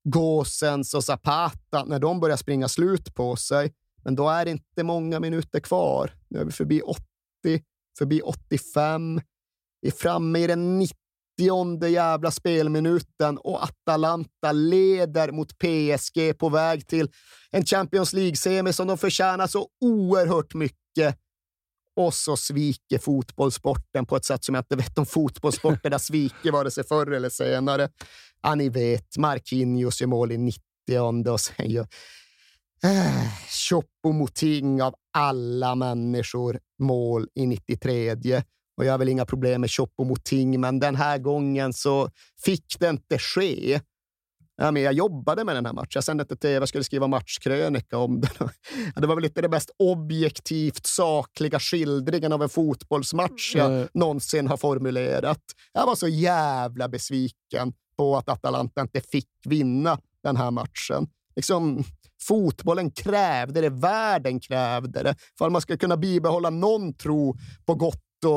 Gåsens och Zapata när de börjar springa slut på sig. Men då är det inte många minuter kvar. Nu är vi förbi åttio, förbi åttiofem. Vi är framme i den nittionde jävla spelminuten och Atalanta leder mot P S G på väg till en Champions League-semi som de förtjänar så oerhört mycket. Och så sviker fotbollssporten på ett sätt som jag inte vet om fotbollssporten där sviker vare sig förr eller senare. Ja, ni vet, Marquinhos gör mål i nittionde och sen gör äh, Choupo-Moting av alla människor mål i nittiotredje. Och jag har väl inga problem med Choupo-Moting, men den här gången så fick det inte ske. Ja, men jag jobbade med den här matchen. Jag sände inte tv, jag skulle skriva matchkrönika om den. Det var väl inte det mest objektivt sakliga skildringen av en fotbollsmatch jag mm. någonsin har formulerat. Jag var så jävla besviken på att Atalanta inte fick vinna den här matchen. Liksom, fotbollen krävde det, världen krävde det. För att man ska kunna bibehålla någon tro på gott och rätt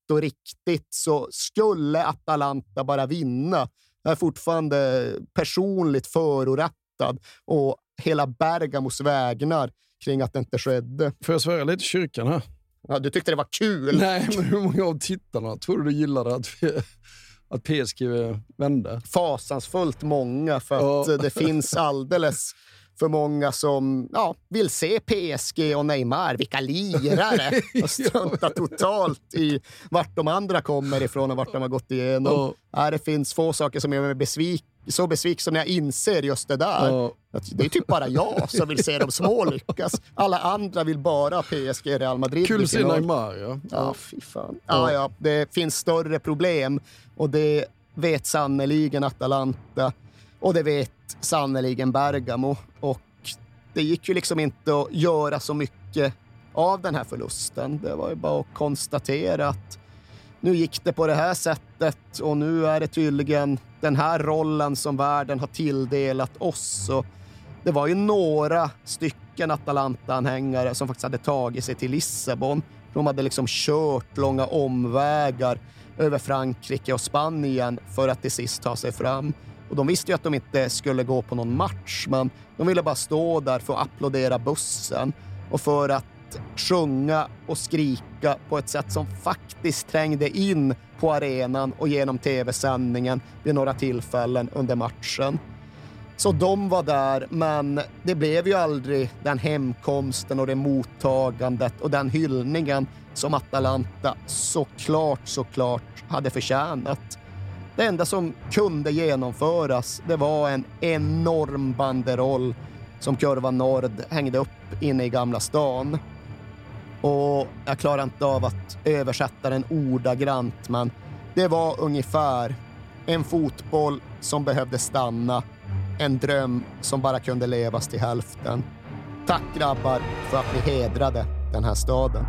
och riktigt så skulle Atalanta bara vinna. Jag är fortfarande personligt förorättad och hela Bergamos vägnar kring att det inte skedde. Får jag svära lite i kyrkan här? Ja, du tyckte det var kul. Nej, men hur många av tittarna tror du du gillade att, att P S G vände? Fasansfullt många, för att ja. det finns alldeles för många som ja, vill se P S G och Neymar. Vilka lirare! Och strunta totalt i vart de andra kommer ifrån och vart de har gått igenom. Ja. Ja, det finns få saker som jag är besvik, så besviken som jag inser just det där. Ja. Det är typ bara jag som vill se dem små lyckas. Alla andra vill bara P S G, Real Madrid. Kul se Neymar, ja. Ja, fy fan. Ja, ja, det finns större problem och det vet sannoliken Atalanta. Och det vet sannoliken Bergamo. Och det gick ju liksom inte att göra så mycket av den här förlusten. Det var ju bara att konstatera att nu gick det på det här sättet. Och nu är det tydligen den här rollen som världen har tilldelat oss. Och det var ju några stycken Atalanta-anhängare som faktiskt hade tagit sig till Lissabon. De hade liksom kört långa omvägar över Frankrike och Spanien för att till sist ta sig fram. Och de visste ju att de inte skulle gå på någon match, men de ville bara stå där för att applådera bussen och för att sjunga och skrika på ett sätt som faktiskt trängde in på arenan och genom tv-sändningen vid några tillfällen under matchen. Så de var där, men det blev ju aldrig den hemkomsten och det mottagandet och den hyllningen som Atalanta såklart, såklart hade förtjänat. Det enda som kunde genomföras, det var en enorm banderoll som Curva Nord hängde upp inne i Gamla stan. Och jag klarar inte av att översätta den ordagrant, men det var ungefär en fotboll som behövde stanna. En dröm som bara kunde levas till hälften. Tack grabbar för att ni hedrade den här staden.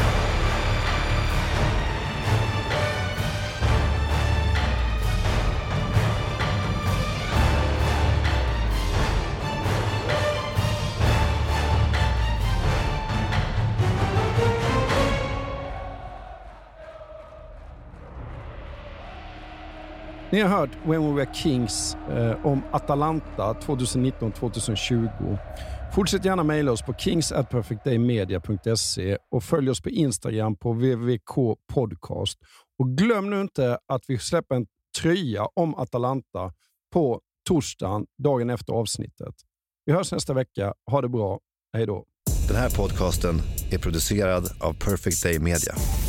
Ni har hört When We Were Kings eh, om Atalanta tjugonitton tjugotjugo. Fortsätt gärna mejla oss på kings at perfect day media punkt se och följ oss på Instagram på w w w punkt podcast. Och glöm nu inte att vi släpper en tröja om Atalanta på torsdagen, dagen efter avsnittet. Vi hörs nästa vecka. Ha det bra. Hej då. Den här podcasten är producerad av Perfect Day Media.